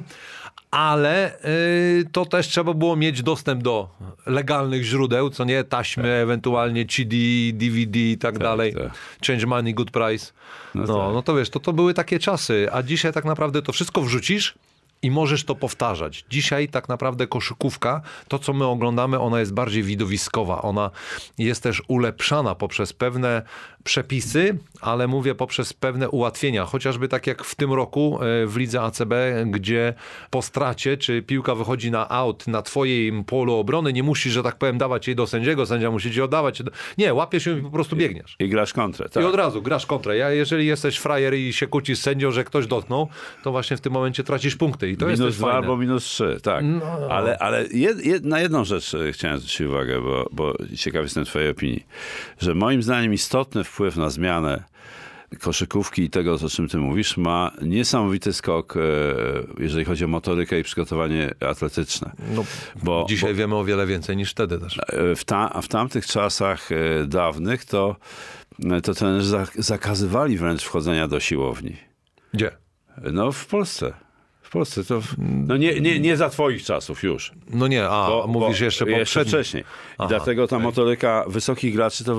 ale to też trzeba było mieć dostęp do legalnych źródeł, co nie, taśmy, ewentualnie CD, DVD i tak dalej. Tak. Change money, good price. No to wiesz, to były takie czasy, a dzisiaj tak naprawdę to wszystko wrzucisz i możesz to powtarzać. Dzisiaj tak naprawdę koszykówka, to co my oglądamy, ona jest bardziej widowiskowa. Ona jest też ulepszana poprzez pewne przepisy, ale mówię poprzez pewne ułatwienia. Chociażby tak jak w tym roku w lidze ACB, gdzie po stracie, czy piłka wychodzi na out na twojej polu obrony, nie musisz, że tak powiem, dawać jej do sędziego, sędzia musi ci oddawać. Nie, łapiesz ją i po prostu biegniesz. I grasz kontrę, tak. I od razu grasz kontrę. Jeżeli jesteś frajer i się kłócisz z sędzią, że ktoś dotknął, to właśnie w tym momencie tracisz punkty. I to jest -2 albo -3, tak. Ale na jedną rzecz chciałem zwrócić uwagę, bo ciekaw jestem twojej opinii, że moim zdaniem istotny wpływ na zmianę koszykówki i tego, o czym ty mówisz, ma niesamowity skok, jeżeli chodzi o motorykę i przygotowanie atletyczne. Dzisiaj wiemy o wiele więcej niż wtedy też. W tamtych czasach dawnych to trenerzy zakazywali wręcz wchodzenia do siłowni. Gdzie? No w Polsce. W Polsce to... nie za twoich czasów już. No nie, mówisz jeszcze wcześniej. I dlatego ta motoryka wysokich graczy to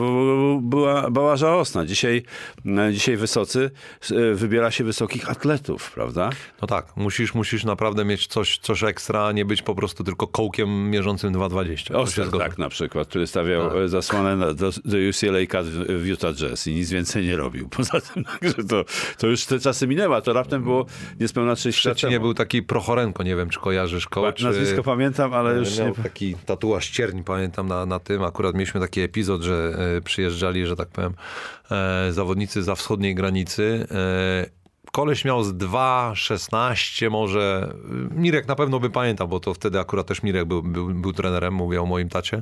była żałosna. Dzisiaj wysocy wybiera się wysokich atletów, prawda? No tak, musisz naprawdę mieć coś ekstra, nie być po prostu tylko kołkiem mierzącym 2,20. Oster, tak na przykład, który stawiał zasłonę do UCLA Cat w Utah Jazz i nic więcej nie robił. Poza tym, to już te czasy minęły, to raptem było niespełna 30 lat temu. Był taki Prochorenko, nie wiem, czy kojarzysz kogoś. Nazwisko pamiętam, ale już nie... Taki tatuaż cierń, pamiętam na tym. Akurat mieliśmy taki epizod, że przyjeżdżali, że tak powiem, zawodnicy za wschodniej granicy. Koleś miał z 2,16 może. Mirek na pewno by pamiętał, bo to wtedy akurat też Mirek był trenerem, mówię o moim tacie.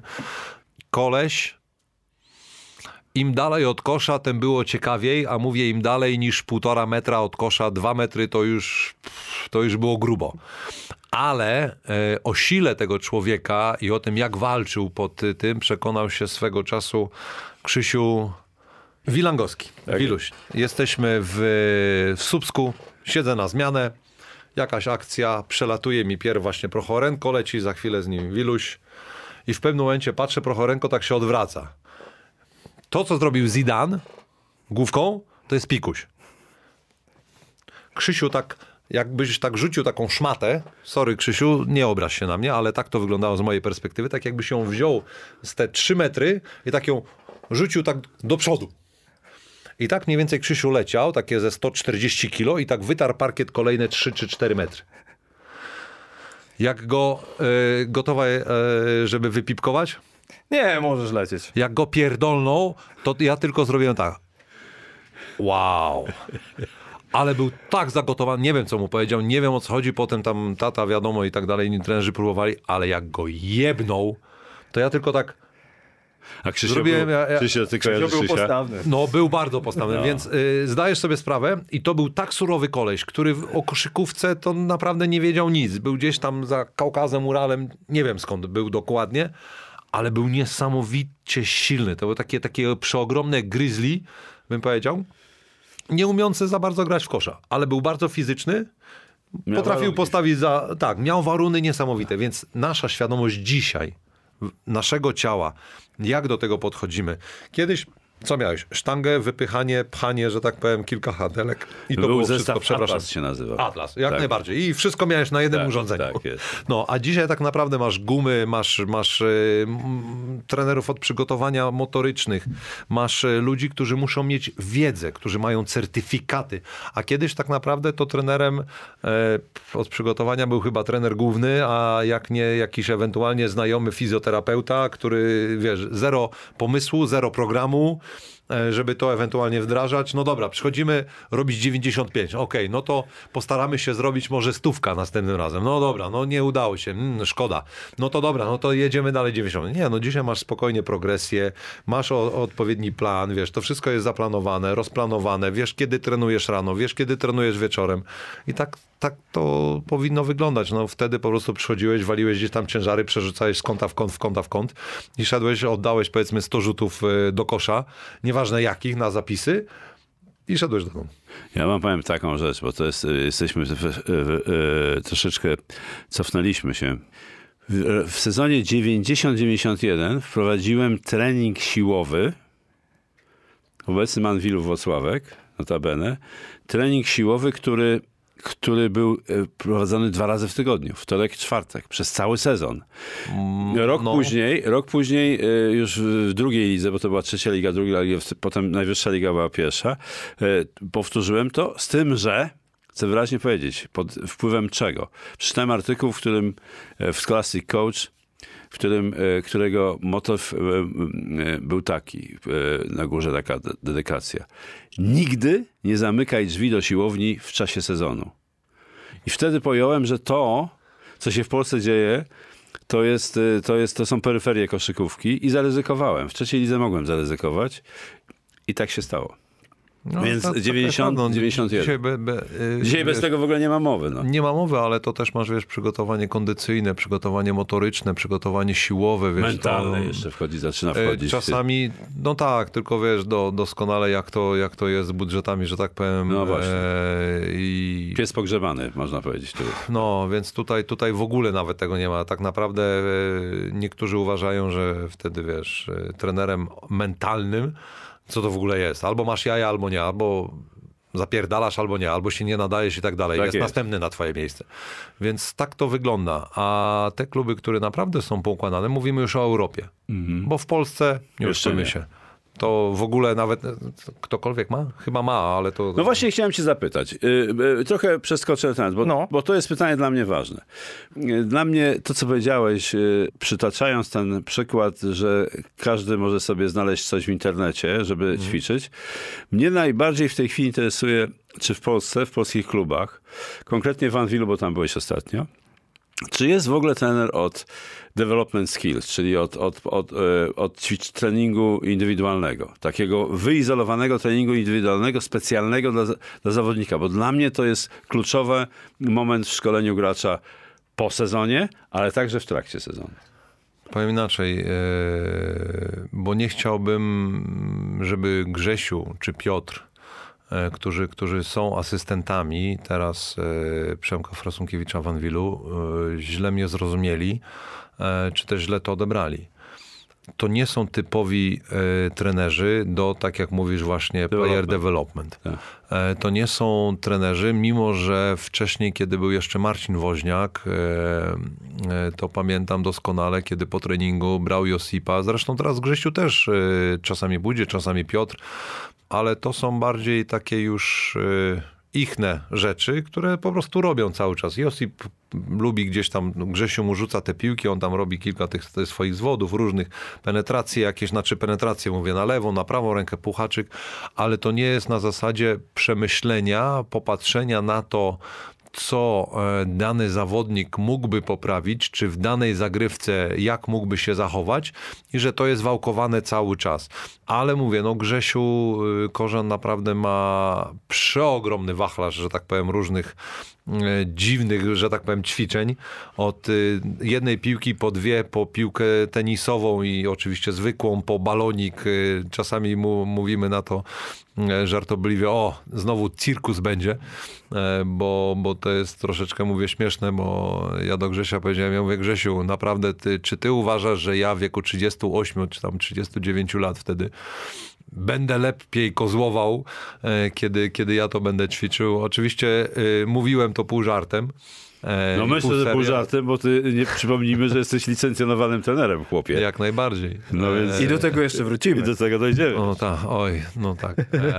Koleś, im dalej od kosza, tym było ciekawiej, a mówię im dalej niż 1,5 metra od kosza, 2 metry, to już było grubo. Ale o sile tego człowieka i o tym, jak walczył pod tym, przekonał się swego czasu Krzysiu Wilangowski. Tak. Wiluś. Jesteśmy w Słupsku, siedzę na zmianę, jakaś akcja, przelatuje mi właśnie Prochorenko, leci za chwilę z nim Wiluś i w pewnym momencie patrzę, Prochorenko tak się odwraca. To, co zrobił Zidane główką, to jest pikuś. Krzysiu jakbyś tak rzucił taką szmatę, sorry Krzysiu, nie obraź się na mnie, ale tak to wyglądało z mojej perspektywy, tak jakbyś ją wziął z te 3 metry i tak ją rzucił tak do przodu. I tak mniej więcej Krzysiu leciał, takie ze 140 kilo i tak wytarł parkiet kolejne 3 czy 4 metry. Jak go gotowa, żeby wypipkować? Nie, możesz lecieć. Jak go pierdolnął, to ja tylko zrobiłem tak. Wow. Ale był tak zagotowany, nie wiem co mu powiedział, nie wiem o co chodzi, potem tam tata wiadomo i tak dalej, inni trenerzy próbowali, ale jak go jebnął, to ja tylko tak a Krzysiu był postawny. No, był bardzo postawny, więc zdajesz sobie sprawę i to był tak surowy koleś, który o koszykówce to naprawdę nie wiedział nic. Był gdzieś tam za Kaukazem, Uralem, nie wiem skąd był dokładnie, ale był niesamowicie silny. To był takie przeogromne grizzly, bym powiedział, nie umieący za bardzo grać w kosza, ale był bardzo fizyczny, potrafił postawić miał waruny niesamowite, więc nasza świadomość dzisiaj, naszego ciała, jak do tego podchodzimy. Kiedyś Co miałeś? Sztangę, wypychanie, pchanie, że tak powiem, kilka hantelek i to Był było zestaw wszystko, przepraszam. Atlas się nazywa. Atlas, jak Tak. najbardziej. I wszystko miałeś na jednym Tak, urządzeniu. tak jest. No, a dzisiaj tak naprawdę masz gumy, masz trenerów od przygotowania motorycznych, masz ludzi, którzy muszą mieć wiedzę, którzy mają certyfikaty, a kiedyś tak naprawdę to trenerem od przygotowania był chyba trener główny, a jak nie jakiś ewentualnie znajomy fizjoterapeuta, który, wiesz, zero pomysłu, zero programu, żeby to ewentualnie wdrażać. No dobra, przychodzimy robić 95. Okej, no to postaramy się zrobić może 100 następnym razem. No dobra, no nie udało się, szkoda. No to dobra, no to jedziemy dalej 90. Nie, no dzisiaj masz spokojnie progresję, masz odpowiedni plan, wiesz, to wszystko jest zaplanowane, rozplanowane, wiesz kiedy trenujesz rano, wiesz kiedy trenujesz wieczorem i tak to powinno wyglądać. No wtedy po prostu przychodziłeś, waliłeś gdzieś tam ciężary, przerzucałeś z kąta w kąt i szedłeś, oddałeś powiedzmy 100 rzutów do kosza, nieważne jakich, na zapisy i szedłeś do domu. Ja wam powiem taką rzecz, bo to jest, jesteśmy troszeczkę, cofnęliśmy się. W sezonie 90-91 wprowadziłem trening siłowy, obecny Manwilu Włocławek, notabene, trening siłowy, który był prowadzony 2 razy w tygodniu, wtorek i czwartek, przez cały sezon. Rok później, już w drugiej lidze, bo to była 3. liga, 2. liga, potem najwyższa liga była 1. Powtórzyłem to, z tym, że chcę wyraźnie powiedzieć, pod wpływem czego? Przeczytałem artykuł, w którym w Scholastic Coach, którego motyw był taki, na górze taka dedykacja. Nigdy nie zamykaj drzwi do siłowni w czasie sezonu. I wtedy pojąłem, że to, co się w Polsce dzieje, to są peryferie koszykówki i zaryzykowałem. W 3. lidze mogłem zaryzykować i tak się stało. No, Więc tak 91. Dzisiaj bez tego w ogóle nie ma mowy. No. Nie ma mowy, ale to też masz, wiesz, przygotowanie kondycyjne, przygotowanie motoryczne, przygotowanie siłowe. Wiesz, mentalne jeszcze zaczyna wchodzić. Czasami, no tak, tylko wiesz, doskonale jak to jest z budżetami, że tak powiem. No właśnie. Pies pogrzebany, można powiedzieć. No, więc tutaj w ogóle nawet tego nie ma. Tak naprawdę niektórzy uważają, że wtedy, wiesz, trenerem mentalnym co to w ogóle jest? Albo masz jaja, albo nie, albo zapierdalasz, albo nie, albo się nie nadajesz i tak dalej. Tak jest następny na twoje miejsce. Więc tak to wygląda. A te kluby, które naprawdę są poukładane, mówimy już o Europie. Bo w Polsce nie uczymy się. To w ogóle nawet ktokolwiek ma? Chyba ma, ale to... No właśnie chciałem cię zapytać. Trochę przeskoczę temat, bo to jest pytanie dla mnie ważne. Dla mnie to, co powiedziałeś, przytaczając ten przykład, że każdy może sobie znaleźć coś w internecie, żeby ćwiczyć. Mnie najbardziej w tej chwili interesuje, czy w Polsce, w polskich klubach, konkretnie w Anwilu, bo tam byłeś ostatnio, czy jest w ogóle trener od development skills, czyli od treningu indywidualnego, takiego wyizolowanego treningu indywidualnego, specjalnego dla zawodnika, bo dla mnie to jest kluczowy moment w szkoleniu gracza po sezonie, ale także w trakcie sezonu. Powiem inaczej, bo nie chciałbym, żeby Grzesiu czy Piotr, którzy są asystentami teraz Przemka Frasunkiewicza w Anwilu, źle mnie zrozumieli, czy też źle to odebrali. To nie są typowi trenerzy do, tak jak mówisz właśnie, player development. Tak. To nie są trenerzy, mimo że wcześniej, kiedy był jeszcze Marcin Woźniak, to pamiętam doskonale, kiedy po treningu brał Josipa, zresztą teraz Grzesiu też czasami pójdzie, czasami Piotr, ale to są bardziej takie już ichne rzeczy, które po prostu robią cały czas. Josip lubi gdzieś tam, Grzesiu mu rzuca te piłki, on tam robi kilka tych swoich zwodów różnych, penetracje jakieś, penetracje mówię na lewą, na prawą rękę, puchaczyk, ale to nie jest na zasadzie przemyślenia, popatrzenia na to, co dany zawodnik mógłby poprawić, czy w danej zagrywce jak mógłby się zachować i że to jest wałkowane cały czas. Ale mówię, Grzesiu Korzan naprawdę ma przeogromny wachlarz, że tak powiem, różnych dziwnych, że tak powiem, ćwiczeń. Od jednej piłki po dwie, po piłkę tenisową i oczywiście zwykłą, po balonik. Czasami mówimy na to żartobliwie, znowu cirkus będzie, bo to jest troszeczkę, mówię, śmieszne, bo ja do Grzesia powiedziałem, ja mówię, Grzesiu, naprawdę, czy ty uważasz, że ja w wieku 38 czy tam 39 lat wtedy będę lepiej kozłował, kiedy ja to będę ćwiczył. Oczywiście mówiłem to pół żartem. No myślę, że pół żartem, bo ty nie przypomnijmy, że jesteś licencjonowanym trenerem, chłopie. Jak najbardziej. No więc... I do tego jeszcze wrócimy. I do tego dojdziemy. No tak, no tak.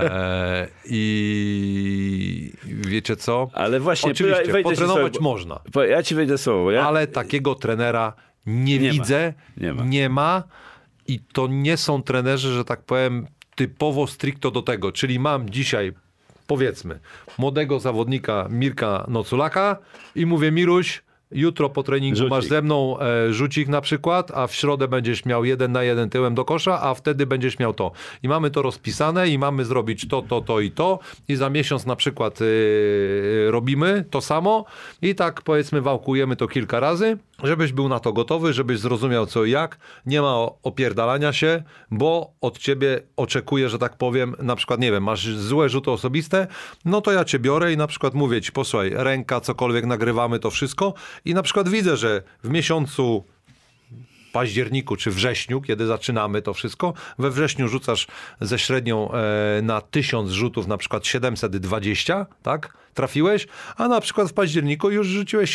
I wiecie co? Ale właśnie... Oczywiście, potrenować można. Ja ci wejdę słowo. Ale takiego trenera nie widzę, nie ma. I to nie są trenerzy, że tak powiem, typowo stricto do tego. Czyli mam dzisiaj, powiedzmy, młodego zawodnika Mirka Noculaka i mówię: Miruś, jutro po treningu Rzucik. masz ze mną rzucik na przykład, a w środę będziesz miał 1 na 1 tyłem do kosza, a wtedy będziesz miał to. I mamy to rozpisane i mamy zrobić to i to i za miesiąc na przykład robimy to samo i tak powiedzmy wałkujemy to kilka razy, żebyś był na to gotowy, żebyś zrozumiał co i jak. Nie ma opierdalania się, bo od ciebie oczekuję, że tak powiem, na przykład, nie wiem, masz złe rzuty osobiste, no to ja cię biorę i na przykład mówię ci: posłuchaj, ręka, cokolwiek, nagrywamy to wszystko i na przykład widzę, że w miesiącu październiku czy wrześniu, kiedy zaczynamy to wszystko, we wrześniu rzucasz ze średnią na 1000 rzutów na przykład 720, tak? Trafiłeś, a na przykład w październiku już rzuciłeś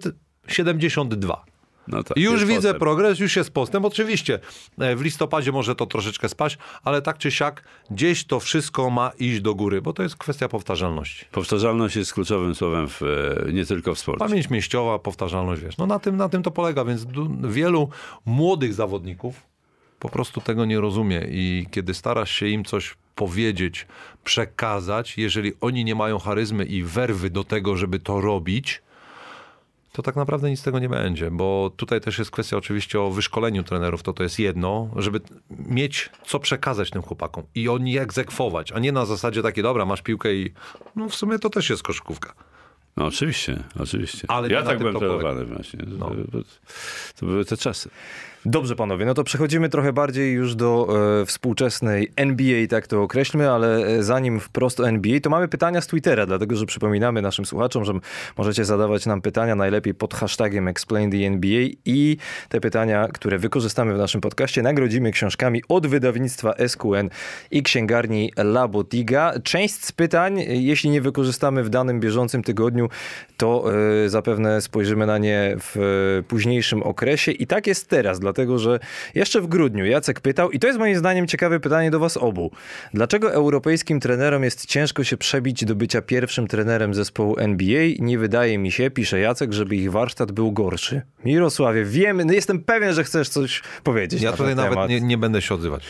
772. No tak, I już widzę postęp. progres, już jest postęp. Oczywiście w listopadzie może to troszeczkę spaść, ale tak czy siak gdzieś to wszystko ma iść do góry, bo to jest kwestia powtarzalności. Powtarzalność jest kluczowym słowem nie tylko w sporcie. Pamięć mięśniowa, powtarzalność, wiesz. No na tym to polega, więc wielu młodych zawodników po prostu tego nie rozumie i kiedy starasz się im coś powiedzieć, przekazać, jeżeli oni nie mają charyzmy i werwy do tego, żeby to robić, to tak naprawdę nic z tego nie będzie, bo tutaj też jest kwestia oczywiście o wyszkoleniu trenerów, to jest jedno, żeby mieć co przekazać tym chłopakom i oni egzekwować, a nie na zasadzie takie: dobra, masz piłkę i no w sumie to też jest koszykówka. No oczywiście. Ale ja na tak tym byłem to trenowany właśnie. No. To były te czasy. Dobrze, panowie, no to przechodzimy trochę bardziej już do współczesnej NBA, tak to określmy, ale zanim wprost o NBA, to mamy pytania z Twittera, dlatego że przypominamy naszym słuchaczom, że możecie zadawać nam pytania najlepiej pod hashtagiem ExplainTheNBA i te pytania, które wykorzystamy w naszym podcaście, nagrodzimy książkami od wydawnictwa SQN i księgarni La Botiga. Część z pytań, jeśli nie wykorzystamy w danym bieżącym tygodniu, to zapewne spojrzymy na nie w późniejszym okresie i tak jest teraz, dlatego że jeszcze w grudniu Jacek pytał, i to jest moim zdaniem ciekawe pytanie do was obu. Dlaczego europejskim trenerom jest ciężko się przebić do bycia pierwszym trenerem zespołu NBA? Nie wydaje mi się, pisze Jacek, żeby ich warsztat był gorszy. Mirosławie, wiemy, no jestem pewien, że chcesz coś powiedzieć. Ja na tutaj ten nawet temat. nie będę się odzywać.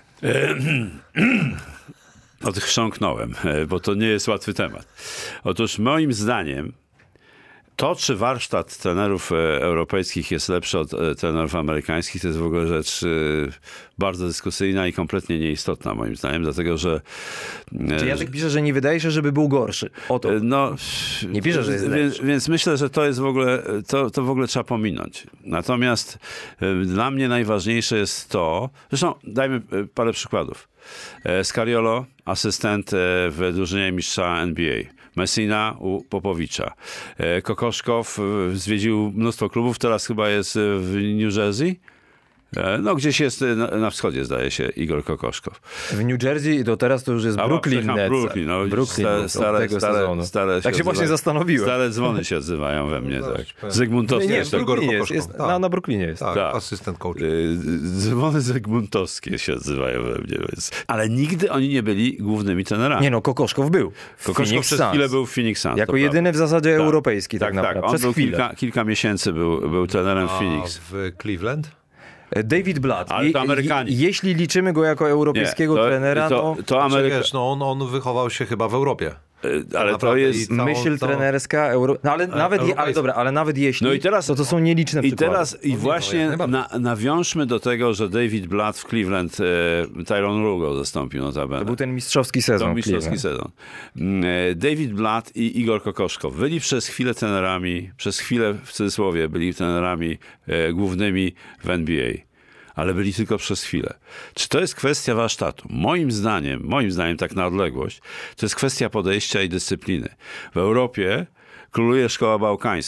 Odchrząknąłem, bo to nie jest łatwy temat. Otóż moim zdaniem to, czy warsztat trenerów europejskich jest lepszy od trenerów amerykańskich, to jest w ogóle rzecz bardzo dyskusyjna i kompletnie nieistotna moim zdaniem, dlatego że... Czy Jacek pisze, że nie wydaje się, żeby był gorszy? O to. No, Nie pisze, że jest lepszy. Więc myślę, że to jest w ogóle, to w ogóle trzeba pominąć. Natomiast dla mnie najważniejsze jest to, zresztą dajmy parę przykładów. Scariolo, asystent w drużynie mistrza NBA. Messina u Popowicza. Kokoszkow zwiedził mnóstwo klubów, teraz chyba jest w New Jersey. No gdzieś jest na wschodzie, zdaje się, Igor Kokoszkow. W New Jersey do teraz to już jest Brooklyn Nets. Brooklyn, no, Brooklyn stare tak się właśnie zastanowiłem. Stare dzwony się odzywają we mnie, tak. Zygmuntowskie. Nie, w Brooklynie jest, na Brooklynie jest. Tak, asystent coach. Dzwony zygmuntowskie się odzywają we mnie. Więc. Ale nigdy oni nie byli głównymi trenerami. Nie no, Kokoszkow był. Kokoszkow przez chwilę był w Phoenix Suns. Jako jedyny w zasadzie tak. europejski tak naprawdę. On Przez był chwilę. kilka miesięcy był trenerem Phoenix. W Cleveland? David Blatt. Ale to Amerykanin. Jeśli liczymy go jako europejskiego trenera, to Wiesz, no on wychował się chyba w Europie. Ale to jest myśl trenerska, ale nawet jeśli, no i teraz, to są nieliczne przykłady. I właśnie nawiążmy do tego, że David Blatt w Cleveland Tyronn Lue go zastąpił notabene. To był ten mistrzowski sezon. David Blatt i Igor Kokoszkow byli przez chwilę trenerami, przez chwilę w cudzysłowie byli trenerami głównymi w NBA. Ale byli tylko przez chwilę. Czy to jest kwestia warsztatu? Moim zdaniem tak na odległość, to jest kwestia podejścia i dyscypliny. W Europie króluje szkoła bałkańska.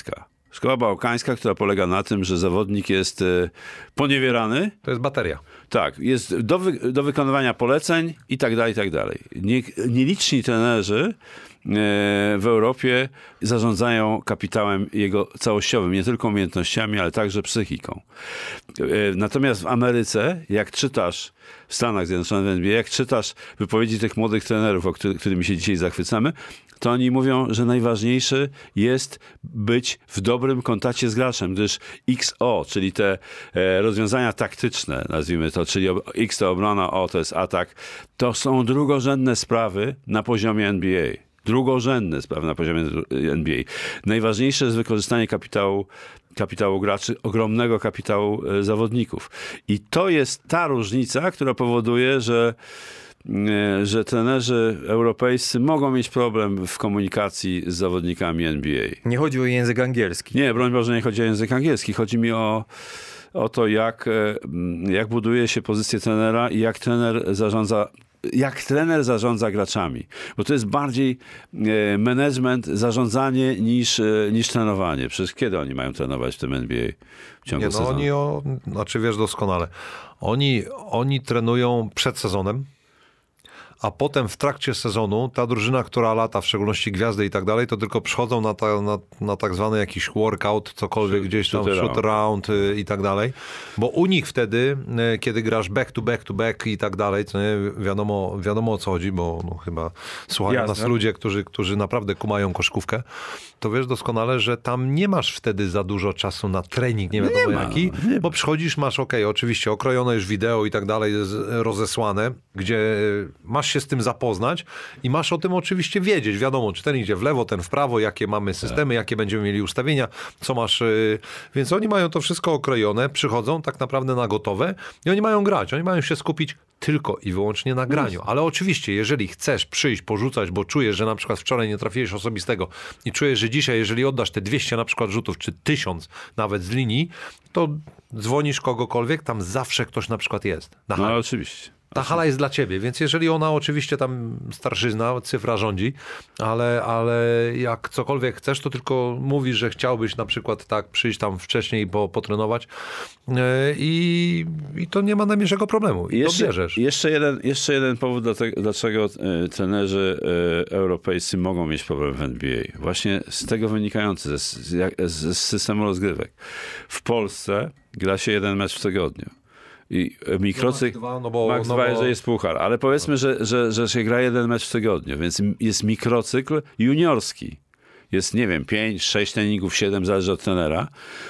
Szkoła bałkańska, która polega na tym, że zawodnik jest poniewierany. To jest bateria. Tak, jest do wykonywania poleceń i tak dalej, i tak dalej. Nieliczni trenerzy w Europie zarządzają kapitałem jego całościowym, nie tylko umiejętnościami, ale także psychiką. Natomiast w Ameryce, jak czytasz w Stanach Zjednoczonych w NBA, jak czytasz wypowiedzi tych młodych trenerów, którymi się dzisiaj zachwycamy, to oni mówią, że najważniejsze jest być w dobrym kontakcie z graczem, gdyż XO, czyli te rozwiązania taktyczne, nazwijmy to, czyli X to obrona, O to jest atak, to są drugorzędne sprawy na poziomie NBA. Drugorzędne sprawy na poziomie NBA. Najważniejsze jest wykorzystanie kapitału graczy, ogromnego kapitału zawodników. I to jest ta różnica, która powoduje, że trenerzy europejscy mogą mieć problem w komunikacji z zawodnikami NBA. Nie chodzi o język angielski. Nie, broń Boże, nie chodzi o język angielski. Chodzi mi o to, jak buduje się pozycję trenera i jak trener zarządza graczami. Bo to jest bardziej management, zarządzanie niż trenowanie. Przecież kiedy oni mają trenować w tym NBA w ciągu sezonu? Znaczy wiesz doskonale. Oni trenują przed sezonem, a potem w trakcie sezonu ta drużyna, która lata, w szczególności gwiazdy i tak dalej, to tylko przychodzą na tak zwany jakiś workout, cokolwiek gdzieś tam, shoot around i tak dalej. Bo u nich wtedy, kiedy grasz back to back i tak dalej, to nie wiadomo o co chodzi, bo chyba słuchają nas ludzie, którzy naprawdę kumają koszykówkę, to wiesz doskonale, że tam nie masz wtedy za dużo czasu na trening, nie wiadomo jaki, bo przychodzisz, masz oczywiście okrojone już wideo i tak dalej, rozesłane, gdzie masz się z tym zapoznać i masz o tym oczywiście wiedzieć. Wiadomo, czy ten idzie w lewo, ten w prawo, jakie mamy systemy, jakie będziemy mieli ustawienia, co masz. Więc oni mają to wszystko okrojone, przychodzą tak naprawdę na gotowe i oni mają grać. Oni mają się skupić tylko i wyłącznie na graniu. Ale oczywiście, jeżeli chcesz przyjść, porzucać, bo czujesz, że na przykład wczoraj nie trafiłeś osobistego i czujesz, że dzisiaj, jeżeli oddasz te 200 na przykład rzutów, czy 1000 nawet z linii, to dzwonisz kogokolwiek, tam zawsze ktoś na przykład jest. No oczywiście. Ta hala jest dla ciebie, więc jeżeli ona oczywiście tam starszyzna, cyfra rządzi, ale jak cokolwiek chcesz, to tylko mówisz, że chciałbyś na przykład tak przyjść tam wcześniej potrenować i to nie ma najmniejszego problemu. I to bierzesz. Jeszcze jeden powód, dlaczego trenerzy europejscy mogą mieć problem w NBA. Właśnie z tego wynikający, z systemu rozgrywek. W Polsce gra się 1 mecz w tygodniu. I mikrocykl, Max 2, jeżeli jest puchar, ale powiedzmy, że się gra 1 mecz w tygodniu, więc jest mikrocykl juniorski. Jest, nie wiem, 5, 6 treningów, 7, zależy od trenera.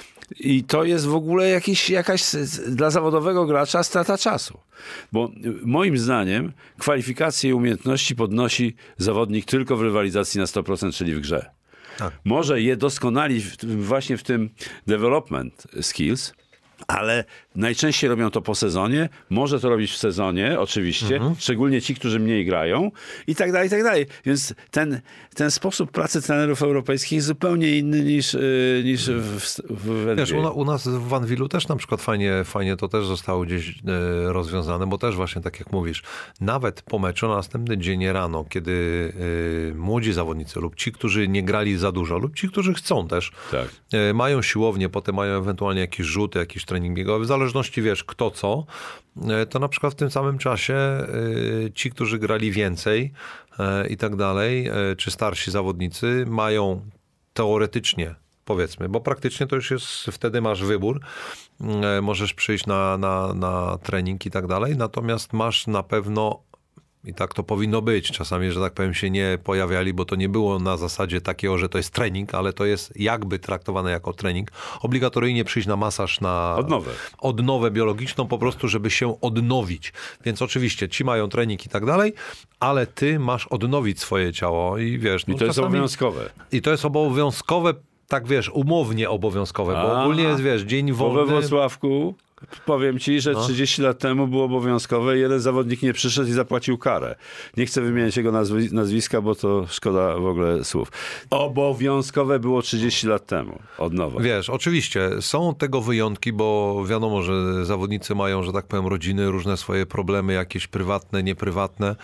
I to jest w ogóle jakaś dla zawodowego gracza strata czasu. Bo moim zdaniem kwalifikacje i umiejętności podnosi zawodnik tylko w rywalizacji na 100%, czyli w grze. Tak. Może je doskonalić właśnie w tym development skills, ale najczęściej robią to po sezonie. Może to robić w sezonie, oczywiście. Szczególnie ci, którzy mniej grają. I tak dalej, i tak dalej. Więc ten sposób pracy trenerów europejskich jest zupełnie inny niż w NBA. Wiesz, u nas w Vanwillu też na przykład fajnie to też zostało gdzieś rozwiązane, bo też właśnie tak jak mówisz, nawet po meczu na następny dzień rano, kiedy młodzi zawodnicy lub ci, którzy nie grali za dużo, lub ci, którzy chcą też, tak, mają siłownię, potem mają ewentualnie jakieś rzuty, jakiś trening biegowy, w zależności wiesz kto co, to na przykład w tym samym czasie ci, którzy grali więcej i tak dalej, czy starsi zawodnicy mają teoretycznie, powiedzmy, bo praktycznie to już jest, wtedy masz wybór, możesz przyjść na trening i tak dalej, natomiast masz na pewno, i tak to powinno być. Czasami, że tak powiem, się nie pojawiali, bo to nie było na zasadzie takiego, że to jest trening, ale to jest jakby traktowane jako trening. Obligatoryjnie przyjść na masaż na odnowę biologiczną, po prostu, żeby się odnowić. Więc oczywiście ci mają trening i tak dalej, ale ty masz odnowić swoje ciało i wiesz... I to jest obowiązkowe. I to jest obowiązkowe, tak wiesz, umownie obowiązkowe, bo ogólnie jest, wiesz, dzień wolny... We Wrocławku powiem ci, że 30 lat temu było obowiązkowe i jeden zawodnik nie przyszedł i zapłacił karę. Nie chcę wymieniać jego nazwiska, bo to szkoda w ogóle słów. Obowiązkowe było 30 lat temu, od nowa. Wiesz, oczywiście są tego wyjątki, bo wiadomo, że zawodnicy mają, że tak powiem, rodziny, różne swoje problemy, jakieś prywatne, nieprywatne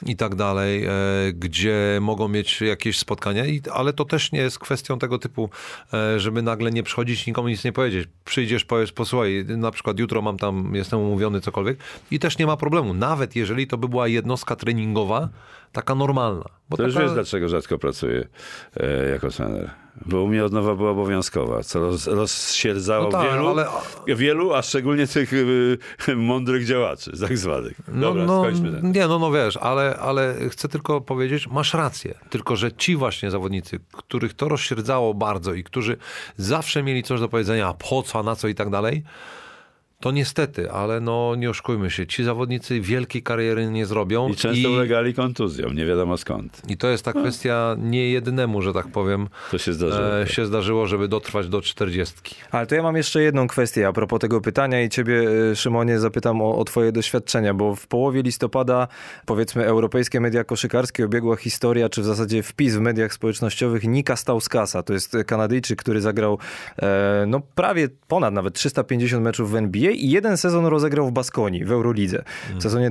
i tak dalej, gdzie mogą mieć jakieś spotkania, ale to też nie jest kwestią tego typu, żeby nagle nie przychodzić, nikomu nic nie powiedzieć. Przyjdziesz, powiesz, posłuchaj, na przykład jutro mam tam, jestem umówiony, cokolwiek i też nie ma problemu, nawet jeżeli to by była jednostka treningowa, taka normalna. Bo to już taka... wiesz, dlaczego rzadko pracuję jako trener. Bo u mnie odnowa była obowiązkowa, co rozsierdzało wielu, a szczególnie tych mądrych działaczy, tak zwanych. Dobra, skończmy ten. Wiesz, ale chcę tylko powiedzieć, masz rację, tylko że ci właśnie zawodnicy, których to rozsierdzało bardzo i którzy zawsze mieli coś do powiedzenia, po co, na co i tak dalej, to niestety, ale nie oszukujmy się, ci zawodnicy wielkiej kariery nie zrobią. I często ulegali kontuzjom, nie wiadomo skąd. I to jest ta kwestia nie jednemu, że tak powiem, to się zdarzyło, żeby dotrwać do 40. Ale to ja mam jeszcze jedną kwestię a propos tego pytania i ciebie, Szymonie, zapytam o twoje doświadczenia, bo w połowie listopada, powiedzmy, europejskie media koszykarskie obiegła historia, czy w zasadzie wpis w mediach społecznościowych Nika Stauskasa. To jest Kanadyjczyk, który zagrał prawie ponad nawet 350 meczów w NBA i jeden sezon rozegrał w Baskonii, w Eurolidze, w sezonie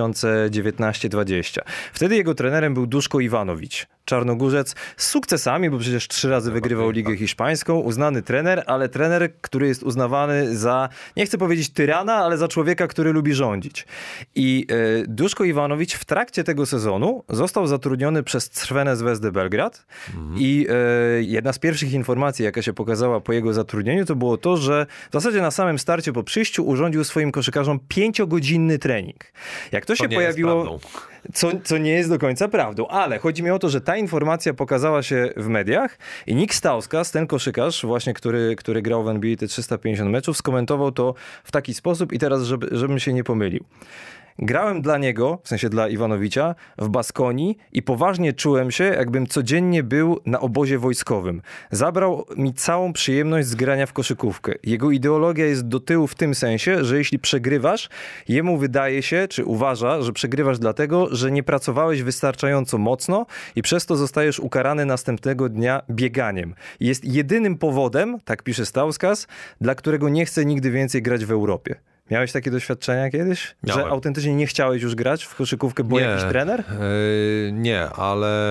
2019-20. Wtedy jego trenerem był Duszko Iwanowicz, czarnogórzec z sukcesami, bo przecież 3 razy wygrywał Ligę Hiszpańską, uznany trener, ale trener, który jest uznawany za, nie chcę powiedzieć tyrana, ale za człowieka, który lubi rządzić. I Duszko Iwanowicz w trakcie tego sezonu został zatrudniony przez Crvene Zvezdę Belgrad i jedna z pierwszych informacji, jaka się pokazała po jego zatrudnieniu, to było to, że w zasadzie na samym starcie po przyjściu urządził swoim koszykarzom 5-godzinny trening. Jak to się pojawiło... Co nie jest do końca prawdą, ale chodzi mi o to, że ta informacja pokazała się w mediach i Nick Stauskas, ten koszykarz właśnie, który grał w NBA te 350 meczów, skomentował to w taki sposób i teraz, żebym się nie pomylił. Grałem dla niego, w sensie dla Iwanowicza, w Baskonii i poważnie czułem się, jakbym codziennie był na obozie wojskowym. Zabrał mi całą przyjemność z grania w koszykówkę. Jego ideologia jest do tyłu w tym sensie, że jeśli przegrywasz, jemu wydaje się, czy uważa, że przegrywasz dlatego, że nie pracowałeś wystarczająco mocno i przez to zostajesz ukarany następnego dnia bieganiem. Jest jedynym powodem, tak pisze Stauskas, dla którego nie chce nigdy więcej grać w Europie. Miałeś takie doświadczenia kiedyś? Miałem. Że autentycznie nie chciałeś już grać w koszykówkę, bo jakiś trener? Nie, ale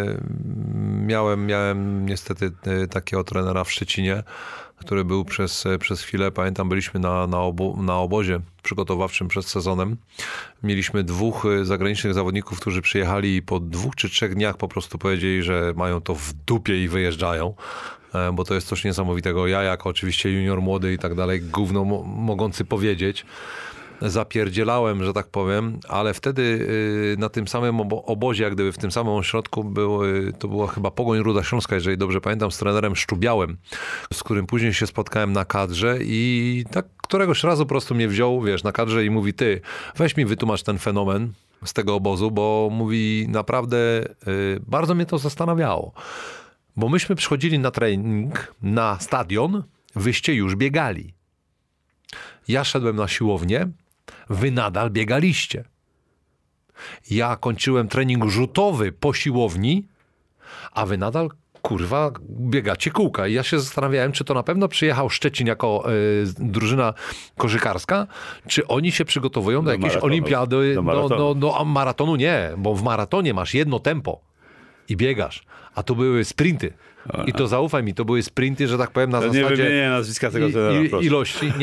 miałem niestety takiego trenera w Szczecinie, który był przez chwilę, pamiętam, byliśmy na obozie przygotowawczym przed sezonem. Mieliśmy 2 zagranicznych zawodników, którzy przyjechali i po 2 czy 3 dniach po prostu powiedzieli, że mają to w dupie i wyjeżdżają. Bo to jest coś niesamowitego. Ja jako oczywiście junior młody i tak dalej, gówno mogący powiedzieć, zapierdzielałem, że tak powiem, ale wtedy na tym samym obozie, jak gdyby w tym samym ośrodku to była chyba Pogoń Ruda Śląska, jeżeli dobrze pamiętam, z trenerem Szczubiałem, z którym później się spotkałem na kadrze i tak któregoś razu po prostu mnie wziął, na kadrze i mówi: ty, weź mi wytłumacz ten fenomen z tego obozu, bo mówi, naprawdę bardzo mnie to zastanawiało. Bo myśmy przychodzili na trening, na stadion, wyście już biegali. Ja szedłem na siłownię, wy nadal biegaliście. Ja kończyłem trening rzutowy po siłowni, a wy nadal, biegacie kółka. I ja się zastanawiałem, czy to na pewno przyjechał Szczecin jako drużyna koszykarska, czy oni się przygotowują do jakiejś olimpiady. A maratonu nie, bo w maratonie masz jedno tempo i biegasz, a to były sprinty. I to zaufaj mi, to były sprinty, że tak powiem, na zasadzie... Nie wymienię nazwiska tego trenera, ilości.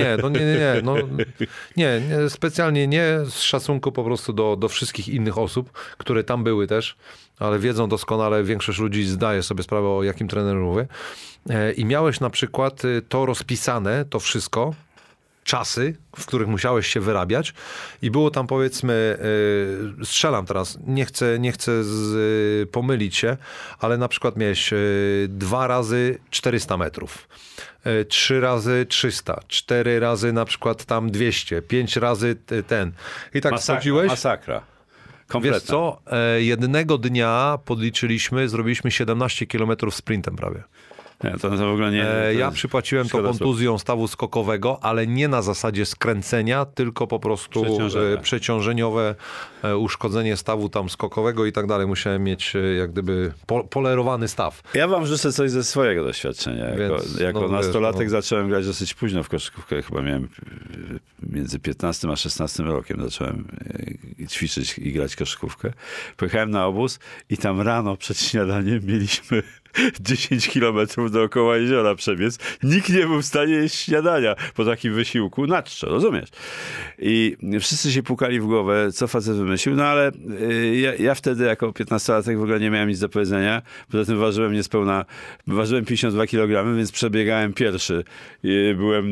Nie, specjalnie nie, z szacunku po prostu do wszystkich innych osób, które tam były też, ale wiedzą doskonale, większość ludzi zdaje sobie sprawę, o jakim trenerze mówię. I miałeś na przykład to rozpisane, to wszystko, czasy, w których musiałeś się wyrabiać i było tam, powiedzmy, strzelam teraz, nie chcę pomylić się, ale na przykład miałeś 2 razy 400 metrów, 3 razy 300, 4 razy na przykład tam 200, 5 razy ten. I tak wchodziłeś. Masakra. Kompletna. Wiesz co, jednego dnia podliczyliśmy, zrobiliśmy 17 kilometrów sprintem prawie. Nie, to w ogóle nie. Ja przypłaciłem to kontuzją stawu skokowego, ale nie na zasadzie skręcenia, tylko po prostu przeciążeniowe uszkodzenie stawu tam skokowego i tak dalej. Musiałem mieć jak gdyby polerowany staw. Ja wam rzucę coś ze swojego doświadczenia. Jako nastolatek zacząłem grać dosyć późno w koszykówkę. Chyba miałem między 15 a 16 rokiem zacząłem ćwiczyć i grać koszykówkę. Pojechałem na obóz i tam rano przed śniadaniem mieliśmy 10 kilometrów dookoła jeziora przebiec. Nikt nie był w stanie jeść śniadania po takim wysiłku na czczo, rozumiesz? I wszyscy się pukali w głowę, co facet wymyślił, no ale ja wtedy jako 15-latek w ogóle nie miałem nic do powiedzenia. Poza tym ważyłem 52 kg, więc przebiegałem pierwszy. Byłem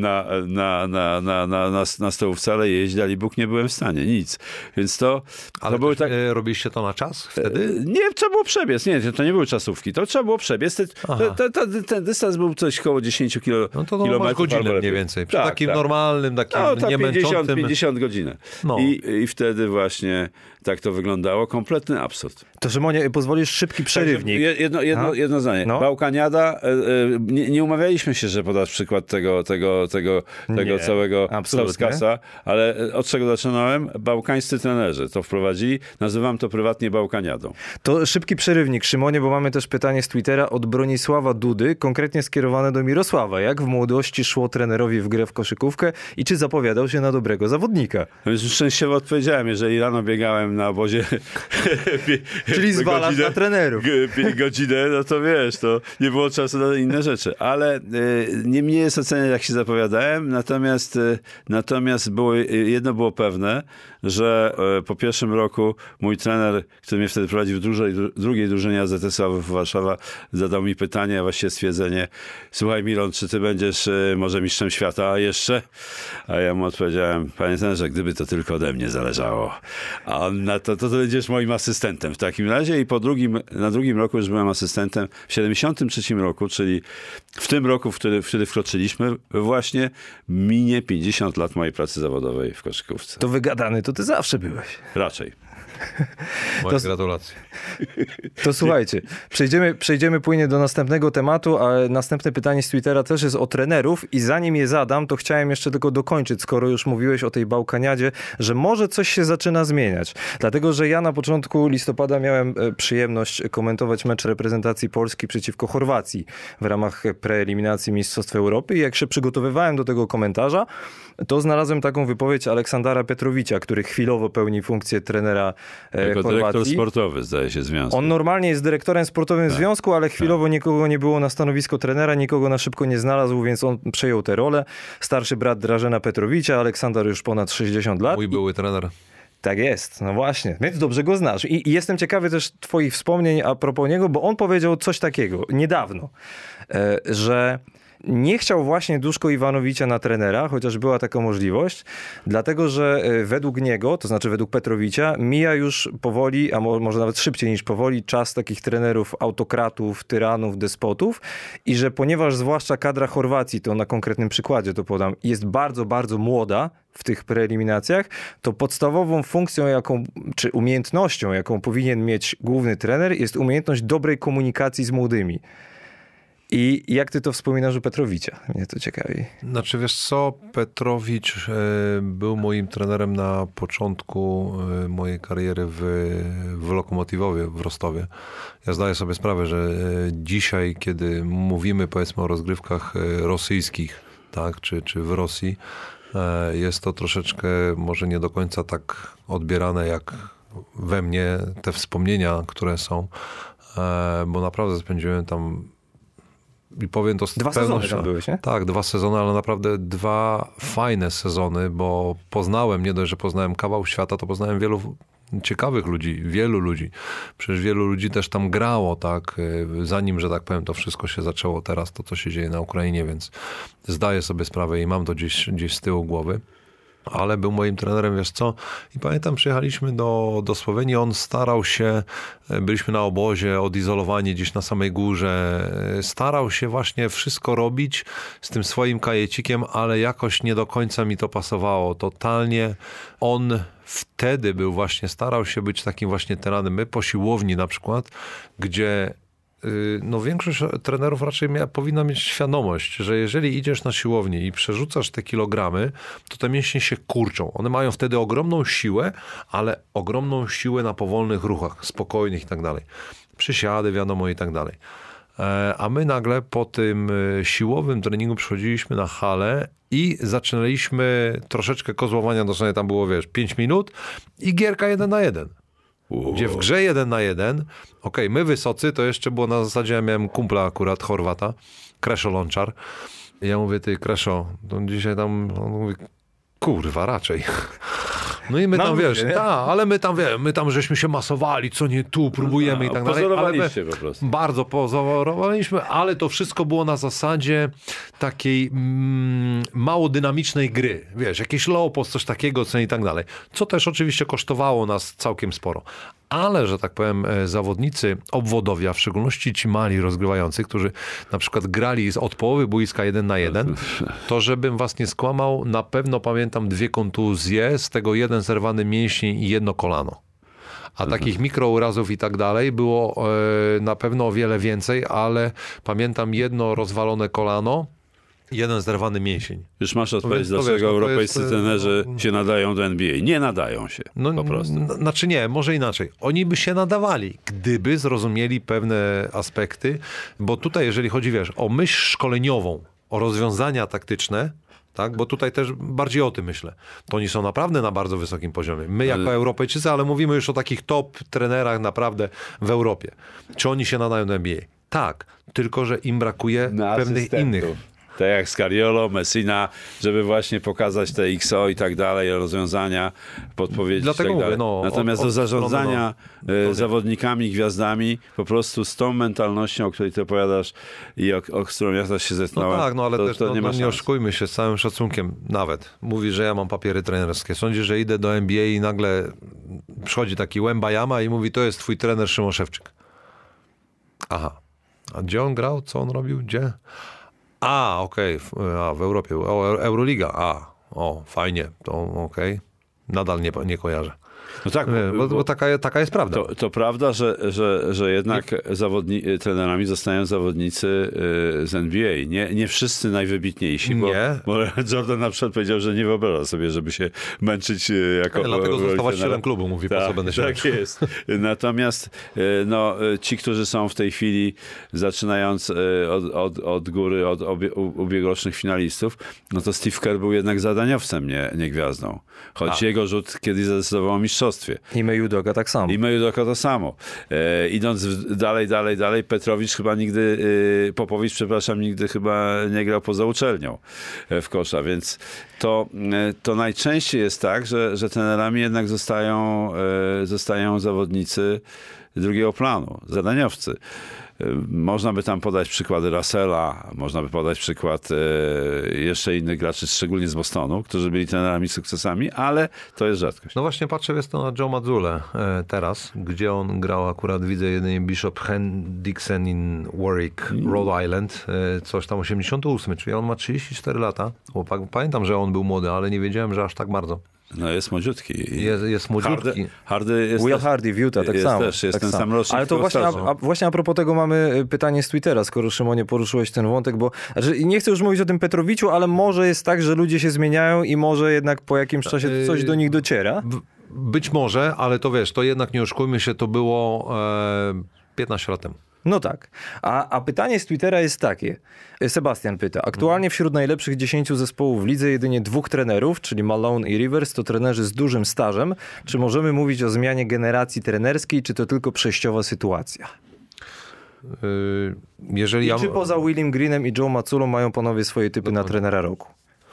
na stołówce, ale jeść dali Bóg nie byłem w stanie, nic. Więc to było tak... Robiliście to na czas wtedy? Nie, trzeba było przebiec. Nie, to nie były czasówki. To trzeba było przebiec. Ten dystans był coś koło 10 kilometrów. No to masz godzinę mniej więcej. Przy takim normalnym, takim niemęczącym... 50 godzinę. No. I wtedy właśnie tak to wyglądało. Kompletny absurd. To Szymonie, pozwolisz szybki przerywnik. Jedno zdanie. No. Bałkaniada. Nie umawialiśmy się, że podasz przykład tego całego Stauskasa, ale od czego zaczynałem? Bałkańscy trenerzy to wprowadzili. Nazywam to prywatnie Bałkaniadą. To szybki przerywnik, Szymonie, bo mamy też pytanie z Twittera od Bronisława Dudy, konkretnie skierowane do Mirosława. Jak w młodości szło trenerowi w grę w koszykówkę i czy zapowiadał się na dobrego zawodnika? Już szczęściowo odpowiedziałem, jeżeli rano biegałem na obozie... Czyli zwalasz na trenerów. Godzinę, no to wiesz, to nie było czasu na inne rzeczy. Ale nie mnie jest oceniać, jak się zapowiadałem, natomiast jedno było pewne, że po pierwszym roku mój trener, który mnie wtedy prowadził w drugiej drużynie AZS Warszawa, zadał mi pytanie, a właściwie stwierdzenie: słuchaj Miron, czy ty będziesz może mistrzem świata jeszcze? A ja mu odpowiedziałem: panie trenerze, gdyby to tylko ode mnie zależało. A on na to będziesz moim asystentem w takim razie. I na drugim roku już byłem asystentem. W 73 roku, czyli w tym roku, w który wkroczyliśmy, właśnie minie 50 lat mojej pracy zawodowej w koszykówce. To wygadany to ty zawsze byłeś. Raczej. Moje gratulacje. To słuchajcie, przejdziemy płynnie do następnego tematu, a następne pytanie z Twittera też jest o trenerów i zanim je zadam, to chciałem jeszcze tylko dokończyć, skoro już mówiłeś o tej Bałkaniadzie, że może coś się zaczyna zmieniać. Dlatego, że ja na początku listopada miałem przyjemność komentować mecz reprezentacji Polski przeciwko Chorwacji w ramach preeliminacji Mistrzostw Europy i jak się przygotowywałem do tego komentarza, to znalazłem taką wypowiedź Aleksandara Petrovicia, który chwilowo pełni funkcję trenera jako Chorwacji. Dyrektor sportowy, zdaje się, związku. On normalnie jest dyrektorem sportowym związku, ale chwilowo nikogo nie było na stanowisko trenera, nikogo na szybko nie znalazł, więc on przejął tę rolę. Starszy brat Drażena Petrovicia, Aleksander już ponad 60 lat. Mój były trener. Tak jest, no właśnie, więc dobrze go znasz. I jestem ciekawy też twoich wspomnień a propos niego, bo on powiedział coś takiego niedawno, że nie chciał właśnie Duszko Iwanowicza na trenera, chociaż była taka możliwość, dlatego że według niego, to znaczy według Petrovicia, mija już powoli, a może nawet szybciej niż powoli, czas takich trenerów, autokratów, tyranów, despotów i że ponieważ zwłaszcza kadra Chorwacji, to na konkretnym przykładzie to podam, jest bardzo, bardzo młoda w tych preeliminacjach, to podstawową funkcją, czy umiejętnością, jaką powinien mieć główny trener, jest umiejętność dobrej komunikacji z młodymi. I jak ty to wspominasz u Petrovicia? Mnie to ciekawi. Znaczy wiesz co, Petrowicz był moim trenerem na początku mojej kariery w Lokomotywowie w Rostowie. Ja zdaję sobie sprawę, że dzisiaj, kiedy mówimy powiedzmy o rozgrywkach rosyjskich, tak, czy w Rosji, jest to troszeczkę może nie do końca tak odbierane jak we mnie te wspomnienia, które są, bo naprawdę spędziłem tam i powiem to z 2 sezony tam byłeś, nie? Tak, 2 sezony, ale naprawdę 2 fajne sezony, bo poznałem, nie dość, że poznałem kawał świata, to poznałem wielu ciekawych ludzi, wielu ludzi. Przecież wielu ludzi też tam grało, tak, zanim, że tak powiem, to wszystko się zaczęło teraz, to co się dzieje na Ukrainie, więc zdaję sobie sprawę i mam to gdzieś z tyłu głowy. Ale był moim trenerem, wiesz co? I pamiętam, przyjechaliśmy do Słowenii, on starał się, byliśmy na obozie, odizolowani gdzieś na samej górze, starał się właśnie wszystko robić z tym swoim kajecikiem, ale jakoś nie do końca mi to pasowało. Totalnie on wtedy był właśnie, starał się być takim właśnie tyranem. My po siłowni na przykład, gdzie no większość trenerów raczej powinna mieć świadomość, że jeżeli idziesz na siłownię i przerzucasz te kilogramy, to te mięśnie się kurczą. One mają wtedy ogromną siłę, ale ogromną siłę na powolnych ruchach, spokojnych i tak dalej. Przysiady, wiadomo, i tak dalej. A my nagle po tym siłowym treningu przychodziliśmy na halę i zaczynaliśmy troszeczkę kozłowania, dosłownie tam było, 5 minut i gierka 1-1. Gdzie w grze 1-1, my wysocy, to jeszcze było na zasadzie, ja miałem kumpla akurat, Chorwata, Kreszo Lonczar. I ja mówię, ty Kreszo, to dzisiaj tam, on mówi, kurwa, raczej. No i my tam, ale my tam żeśmy się masowali, co nie tu, próbujemy i tak dalej. Pozorowaliście po prostu. Bardzo pozorowaliśmy, ale to wszystko było na zasadzie takiej mało dynamicznej gry. Jakieś low post, coś takiego, co i tak dalej. Co też oczywiście kosztowało nas całkiem sporo. Ale, że tak powiem, zawodnicy obwodowi, a w szczególności ci mali rozgrywający, którzy na przykład grali od połowy boiska 1-1, to żebym was nie skłamał, na pewno pamiętam 2 kontuzje, z tego 1 zerwany mięsień i 1 kolano. A takich mikrourazów i tak dalej było na pewno o wiele więcej, ale pamiętam 1 rozwalone kolano, 1 zerwany mięsień. Już masz odpowiedź, dlaczego europejscy trenerzy się nadają do NBA. Nie nadają się, po prostu. Znaczy nie, może inaczej. Oni by się nadawali, gdyby zrozumieli pewne aspekty, bo tutaj, jeżeli chodzi, o myśl szkoleniową, o rozwiązania taktyczne, tak? Bo tutaj też bardziej o tym myślę. To oni są naprawdę na bardzo wysokim poziomie. My jako Europejczycy, ale mówimy już o takich top trenerach naprawdę w Europie. Czy oni się nadają do NBA? Tak, tylko że im brakuje pewnych innych. Tak jak Scariolo, Messina, żeby właśnie pokazać te XO i tak dalej, rozwiązania, podpowiedzi. Dlatego i tak dalej. mówię, Natomiast do zarządzania zawodnikami, gwiazdami, po prostu z tą mentalnością, o której ty opowiadasz i o którą ja też się zetknąłem, ale to, też to nie ma szans. Nie oszukujmy się, z całym szacunkiem nawet. Mówi, że ja mam papiery trenerskie. Sądzi, że idę do NBA i nagle przychodzi taki Wembanyama i mówi, to jest twój trener Szymon Szewczyk. Aha. A gdzie on grał? Co on robił? Gdzie? Okej. W Europie. Euroliga. Fajnie. To okej. Nadal nie kojarzę. No tak, bo taka jest prawda. To prawda, że jednak trenerami zostają zawodnicy z NBA. Nie wszyscy najwybitniejsi, bo Jordan na przykład powiedział, że nie wyobraża sobie, żeby się męczyć jako... Dlatego został właścicielem klubu, mówi, po co będę się tak jest. Natomiast ci, którzy są w tej chwili, zaczynając od góry, od ubiegłorocznych finalistów, no to Steve Kerr był jednak zadaniowcem, nie gwiazdą. Choć jego rzut kiedyś zadecydował o mistrzostwie. Ime Udoka tak samo. Ime Udoka to samo. Idąc dalej, Petrowicz chyba nigdy, Popowicz, przepraszam, nigdy chyba nie grał poza uczelnią w kosza, więc to najczęściej jest tak, że trenerami jednak zostają zawodnicy drugiego planu, zadaniowcy. Można by tam podać przykłady Russella, można by podać przykład jeszcze innych graczy, szczególnie z Bostonu, którzy byli trenerami z sukcesami, ale to jest rzadkość. No właśnie patrzę na Joe Mazzullę teraz, gdzie on grał akurat, widzę jedynie Bishop Hendrickson in Warwick, Rhode Island, coś tam 88, czyli on ma 34 lata. Pamiętam, że on był młody, ale nie wiedziałem, że aż tak bardzo. No jest młodziutki. Jest młodziutki. Hardy jest Will Hardy w Utah, tak samo. Jest tak ten samo. sam rocznik. Ale to właśnie a propos tego mamy pytanie z Twittera, skoro Szymonie poruszyłeś ten wątek, bo nie chcę już mówić o tym Petrowiciu, ale może jest tak, że ludzie się zmieniają i może jednak po jakimś czasie coś do nich dociera? Być może, ale to to jednak nie oszukujmy się, to było 15 lat temu. No tak. A pytanie z Twittera jest takie. Sebastian pyta. Aktualnie wśród najlepszych 10 zespołów w lidze jedynie 2 trenerów, czyli Malone i Rivers, to trenerzy z dużym stażem. Czy możemy mówić o zmianie generacji trenerskiej, czy to tylko przejściowa sytuacja? Czy poza Willim Greenem i Joe Mazzullą mają panowie swoje typy na trenera roku?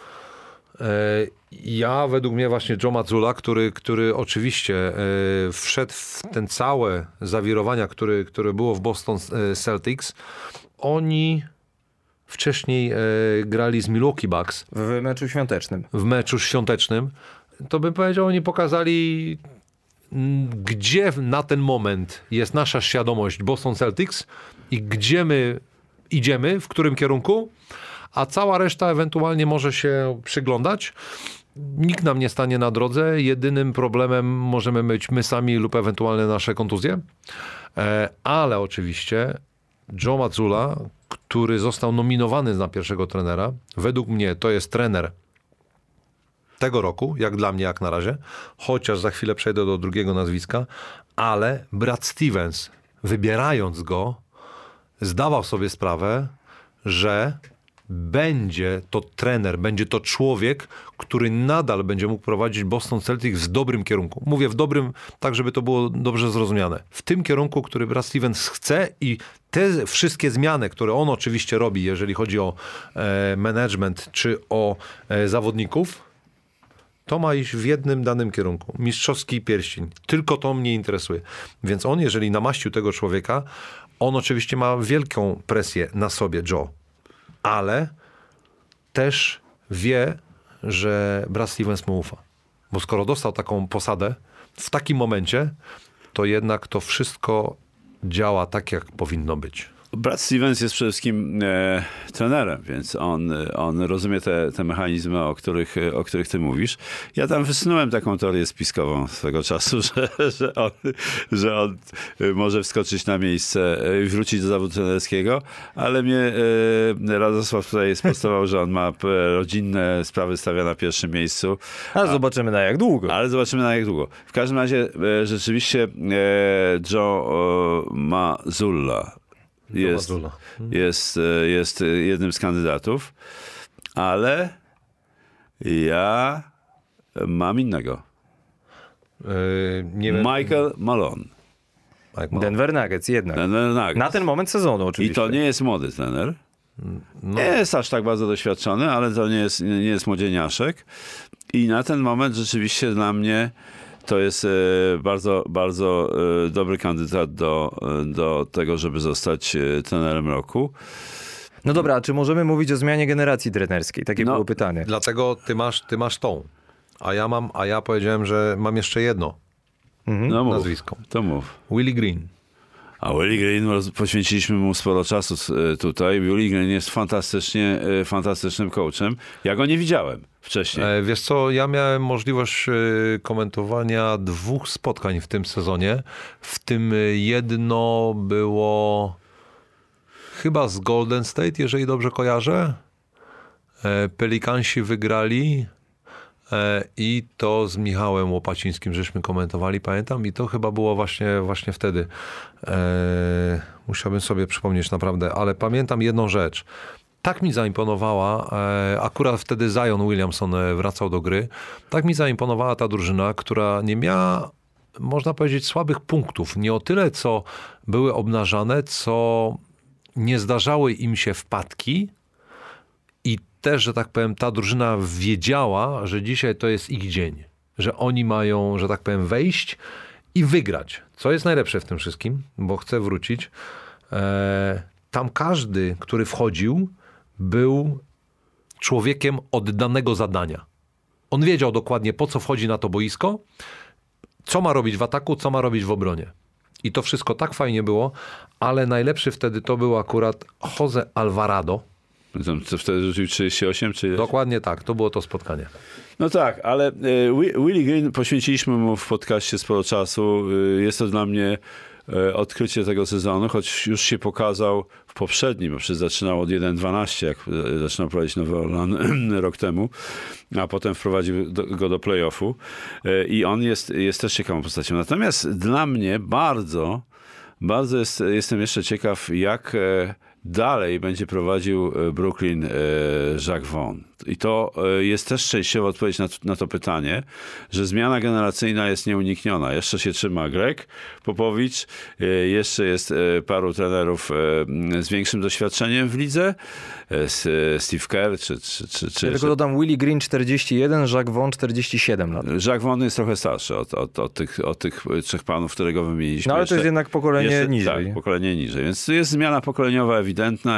Ja według mnie właśnie Joe Mazzulla, który oczywiście wszedł w ten całe zawirowania, które było w Boston Celtics, oni wcześniej grali z Milwaukee Bucks. W meczu świątecznym. W meczu świątecznym. To bym powiedział, oni pokazali, gdzie na ten moment jest nasza świadomość Boston Celtics i gdzie my idziemy, w którym kierunku, a cała reszta ewentualnie może się przyglądać. Nikt nam nie stanie na drodze. Jedynym problemem możemy być my sami lub ewentualnie nasze kontuzje. Ale oczywiście Joe Mazzulla, który został nominowany na pierwszego trenera, według mnie to jest trener tego roku, jak dla mnie, jak na razie, chociaż za chwilę przejdę do drugiego nazwiska, ale Brad Stevens, wybierając go, zdawał sobie sprawę, że będzie to trener, będzie to człowiek, który nadal będzie mógł prowadzić Boston Celtics w dobrym kierunku. Mówię w dobrym, tak żeby to było dobrze zrozumiane. W tym kierunku, który Brad Stevens chce i te wszystkie zmiany, które on oczywiście robi, jeżeli chodzi o management czy o zawodników, to ma iść w jednym danym kierunku. Mistrzowski pierścień. Tylko to mnie interesuje. Więc on, jeżeli namaścił tego człowieka, on oczywiście ma wielką presję na sobie, Joe. Ale też wie, że Brad Stevens mu ufa. Bo skoro dostał taką posadę w takim momencie, to jednak to wszystko działa tak, jak powinno być. Brad Stevens jest przede wszystkim trenerem, więc on rozumie te mechanizmy, o których ty mówisz. Ja tam wysnułem taką teorię spiskową swego czasu, że on może wskoczyć na miejsce i wrócić do zawodu trenerskiego, ale mnie Radosław tutaj sprostował, że on ma rodzinne sprawy, stawia na pierwszym miejscu. Ale zobaczymy na jak długo. W każdym razie rzeczywiście Joe Mazzulla jest jednym z kandydatów, ale ja mam innego. Michael Malone. Denver Nuggets jednak. Na ten moment sezonu oczywiście. I to nie jest młody trener. Nie jest aż tak bardzo doświadczony, ale to nie jest młodzieniaszek. I na ten moment rzeczywiście dla mnie to jest bardzo, bardzo dobry kandydat do tego, żeby zostać trenerem roku. No dobra, a czy możemy mówić o zmianie generacji trenerskiej? Takie było pytanie. Dlatego ty masz tą. A ja powiedziałem, że mam jeszcze jedno nazwisko. To mów. Willie Green. A Willie Green, poświęciliśmy mu sporo czasu tutaj. Willie Green jest fantastycznym coachem. Ja go nie widziałem wcześniej. Wiesz co, ja miałem możliwość komentowania 2 spotkań w tym sezonie. W tym jedno było chyba z Golden State, jeżeli dobrze kojarzę. Pelikansi wygrali i to z Michałem Łopacińskim żeśmy komentowali, pamiętam, i to chyba było właśnie wtedy. Musiałbym sobie przypomnieć naprawdę, ale pamiętam jedną rzecz. Tak mi zaimponowała, akurat wtedy Zion Williamson wracał do gry, tak mi zaimponowała ta drużyna, która nie miała, można powiedzieć, słabych punktów. Nie o tyle, co były obnażane, co nie zdarzały im się wpadki i też, że tak powiem, ta drużyna wiedziała, że dzisiaj to jest ich dzień. Że oni mają, że tak powiem, wejść i wygrać. Co jest najlepsze w tym wszystkim, bo chcę wrócić. Tam każdy, który wchodził, był człowiekiem oddanego zadania. On wiedział dokładnie, po co wchodzi na to boisko, co ma robić w ataku, co ma robić w obronie. I to wszystko tak fajnie było, ale najlepszy wtedy to był akurat Jose Alvarado. Co wtedy rzucił 38? Czy... Dokładnie tak, to było to spotkanie. No tak, ale Willie Green, poświęciliśmy mu w podcaście sporo czasu. Jest to dla mnie odkrycie tego sezonu, choć już się pokazał w poprzednim, bo przecież zaczynał od 1-12, jak zaczynał prowadzić Nowy Orlan rok temu, a potem wprowadził go do play-offu i on jest też ciekawą postacią. Natomiast dla mnie bardzo jestem jeszcze ciekaw, jak dalej będzie prowadził Brooklyn Jacques Vaughn. I to jest też częściowa odpowiedź na to pytanie, że zmiana generacyjna jest nieunikniona. Jeszcze się trzyma Greg Popovich, jeszcze jest paru trenerów z większym doświadczeniem w lidze, Steve Kerr, czy ja tylko dodam, Willie Green 41, Jacques Vaughn 47 lat. Jacques Vaughn jest trochę starszy od tych 3 panów, którego wymieniliśmy. No ale to jest jednak pokolenie niżej. Tak, pokolenie niżej. Więc jest zmiana pokoleniowa ewidentna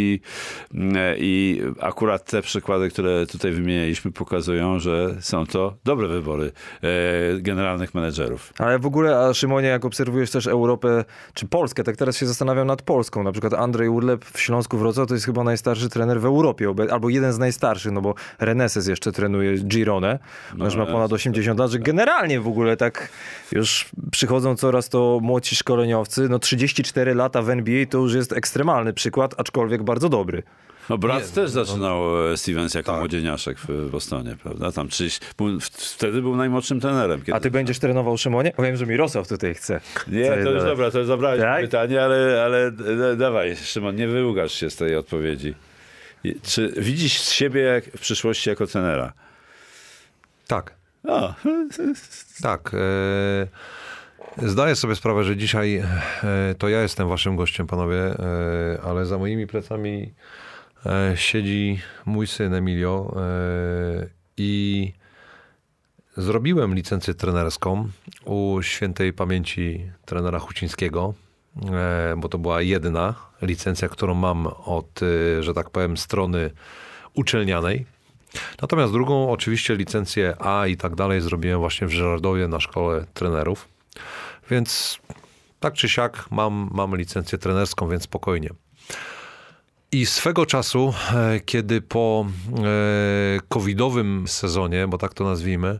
i akurat te przykłady, które tutaj wymienialiśmy, pokazują, że są to dobre wybory generalnych menedżerów. Ale w ogóle, a Szymonie, jak obserwujesz też Europę, czy Polskę, tak teraz się zastanawiam nad Polską. Na przykład Andrzej Urlep w Śląsku Wrocław to jest chyba najstarszy trener w Europie, albo jeden z najstarszych, no bo Reneses jeszcze trenuje Gironę, już ma ponad 80 lat, że generalnie w ogóle tak już przychodzą coraz to młodsi szkoleniowcy. No 34 lata w NBA to już jest ekstremalny przykład, aczkolwiek bardzo dobry. No brat Nie, też zaczynał Stevens jako tak. młodzieniaszek w Bostonie, prawda? Tam wtedy był najmłodszym trenerem. Kiedy... A ty będziesz trenował Szymonie? Powiem, że Mirosław tutaj chce. Nie, to już dobra, to zabrałeś Tak? pytanie, ale dawaj, Szymon, nie wyługasz się z tej odpowiedzi. Czy widzisz siebie w przyszłości jako trenera? Tak. O. Tak. Zdaję sobie sprawę, że dzisiaj to ja jestem waszym gościem, panowie, ale za moimi plecami siedzi mój syn Emilio i zrobiłem licencję trenerską u świętej pamięci trenera Hucińskiego, bo to była jedna licencja, którą mam od, że tak powiem, strony uczelnianej. Natomiast drugą oczywiście licencję A i tak dalej zrobiłem właśnie w Żyrardowie na szkole trenerów. Więc tak czy siak mam licencję trenerską, więc spokojnie. I swego czasu, kiedy po covidowym sezonie, bo tak to nazwijmy,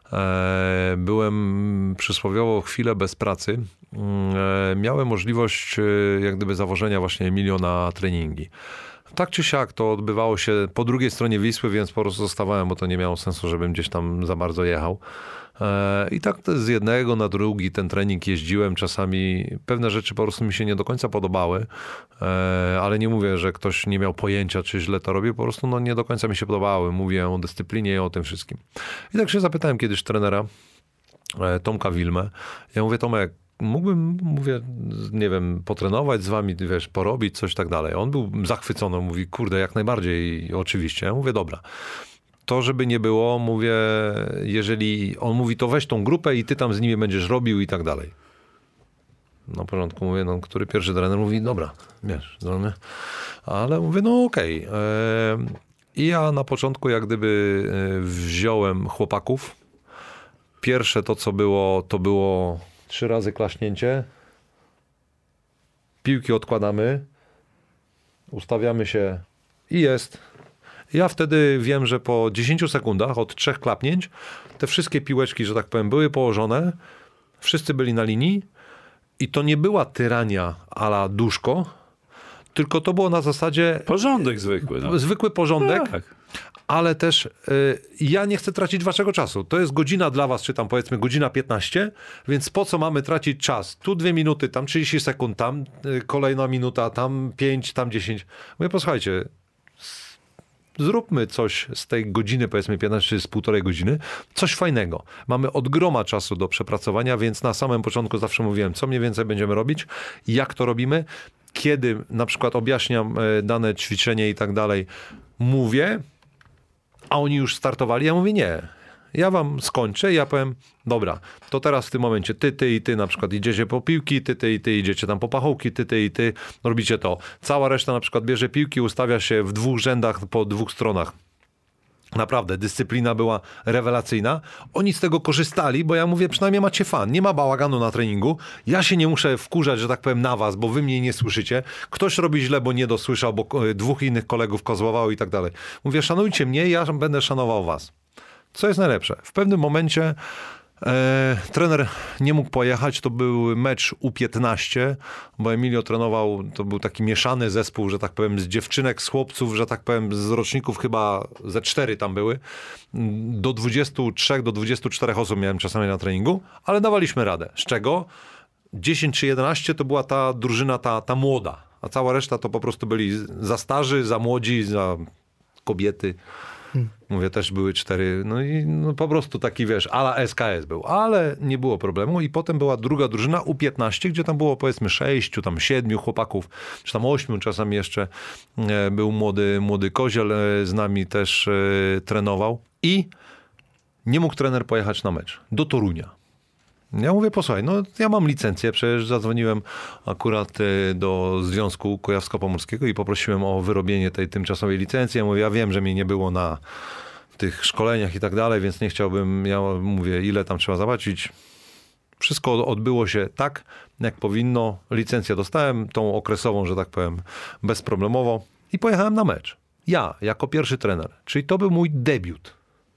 byłem przysłowiowo chwilę bez pracy, miałem możliwość jak gdyby zawożenia właśnie Emilio na treningi. Tak czy siak to odbywało się po drugiej stronie Wisły, więc po prostu zostawałem, bo to nie miało sensu, żebym gdzieś tam za bardzo jechał. I tak z jednego na drugi ten trening jeździłem. Czasami pewne rzeczy po prostu mi się nie do końca podobały, ale nie mówię, że ktoś nie miał pojęcia, czy źle to robił. Po prostu no, nie do końca mi się podobały. Mówię o dyscyplinie i o tym wszystkim. I tak się zapytałem kiedyś trenera Tomka Wilmę. Ja mówię, Tomek, mógłbym, mówię, nie wiem, potrenować z wami, wiesz, porobić coś tak dalej. On był zachwycony, mówi, kurde, jak najbardziej, oczywiście. Ja mówię, dobra. To, żeby nie było, mówię, jeżeli on mówi, to weź tą grupę i ty tam z nimi będziesz robił i tak dalej. Na porządku mówię, no, który pierwszy trener mówi, dobra, wiesz, no, ale mówię, no okej. I ja na początku jak gdyby wziąłem chłopaków. Pierwsze to, co było, to było 3 razy klaśnięcie. Piłki odkładamy. Ustawiamy się i jest. Ja wtedy wiem, że po 10 sekundach od 3 klapnięć te wszystkie piłeczki, że tak powiem, były położone. Wszyscy byli na linii i to nie była tyrania a la duszko, tylko to było na zasadzie... Porządek zwykły. No. Zwykły porządek. Tak. Ale też ja nie chcę tracić waszego czasu. To jest godzina dla was, czy tam powiedzmy godzina 15, więc po co mamy tracić czas? Tu 2 minuty, tam 30 sekund, tam kolejna minuta, tam 5, tam 10. Mówię, posłuchajcie, zróbmy coś z tej godziny, powiedzmy 15 czy z 1,5 godziny, coś fajnego. Mamy od groma czasu do przepracowania, więc na samym początku zawsze mówiłem, co mniej więcej będziemy robić, jak to robimy, kiedy na przykład objaśniam dane ćwiczenie i tak dalej, mówię, a oni już startowali, ja mówię nie. Ja wam skończę i ja powiem, dobra, to teraz w tym momencie ty i ty na przykład idziecie po piłki, ty i ty idziecie tam po pachołki, ty i ty robicie to. Cała reszta na przykład bierze piłki, ustawia się w 2 rzędach po 2 stronach. Naprawdę, dyscyplina była rewelacyjna. Oni z tego korzystali, bo ja mówię, przynajmniej macie fan, nie ma bałaganu na treningu. Ja się nie muszę wkurzać, że tak powiem, na was, bo wy mnie nie słyszycie. Ktoś robi źle, bo nie dosłyszał, bo 2 innych kolegów kozłowało i tak dalej. Mówię, szanujcie mnie, ja będę szanował was. Co jest najlepsze? W pewnym momencie trener nie mógł pojechać, to był mecz U15, bo Emilio trenował, to był taki mieszany zespół, że tak powiem, z dziewczynek, z chłopców, że tak powiem, z roczników chyba ze 4 tam były. Do 23, do 24 osób miałem czasami na treningu, ale dawaliśmy radę. Z czego 10 czy 11 to była ta drużyna, ta młoda, a cała reszta to po prostu byli za starzy, za młodzi, za kobiety. Mówię, też były 4, no i no po prostu taki, wiesz, a la SKS był, ale nie było problemu i potem była druga drużyna U15, gdzie tam było powiedzmy 6, tam 7 chłopaków, czy tam 8 czasami jeszcze był młody Koziel z nami też trenował i nie mógł trener pojechać na mecz do Torunia. Ja mówię, posłuchaj, no ja mam licencję, przecież zadzwoniłem akurat do Związku Kujawsko-Pomorskiego i poprosiłem o wyrobienie tej tymczasowej licencji. Ja mówię, ja wiem, że mnie nie było na tych szkoleniach i tak dalej, więc nie chciałbym, ja mówię, ile tam trzeba zapłacić. Wszystko odbyło się tak, jak powinno. Licencję dostałem, tą okresową, że tak powiem, bezproblemowo i pojechałem na mecz. Ja, jako pierwszy trener, czyli to był mój debiut.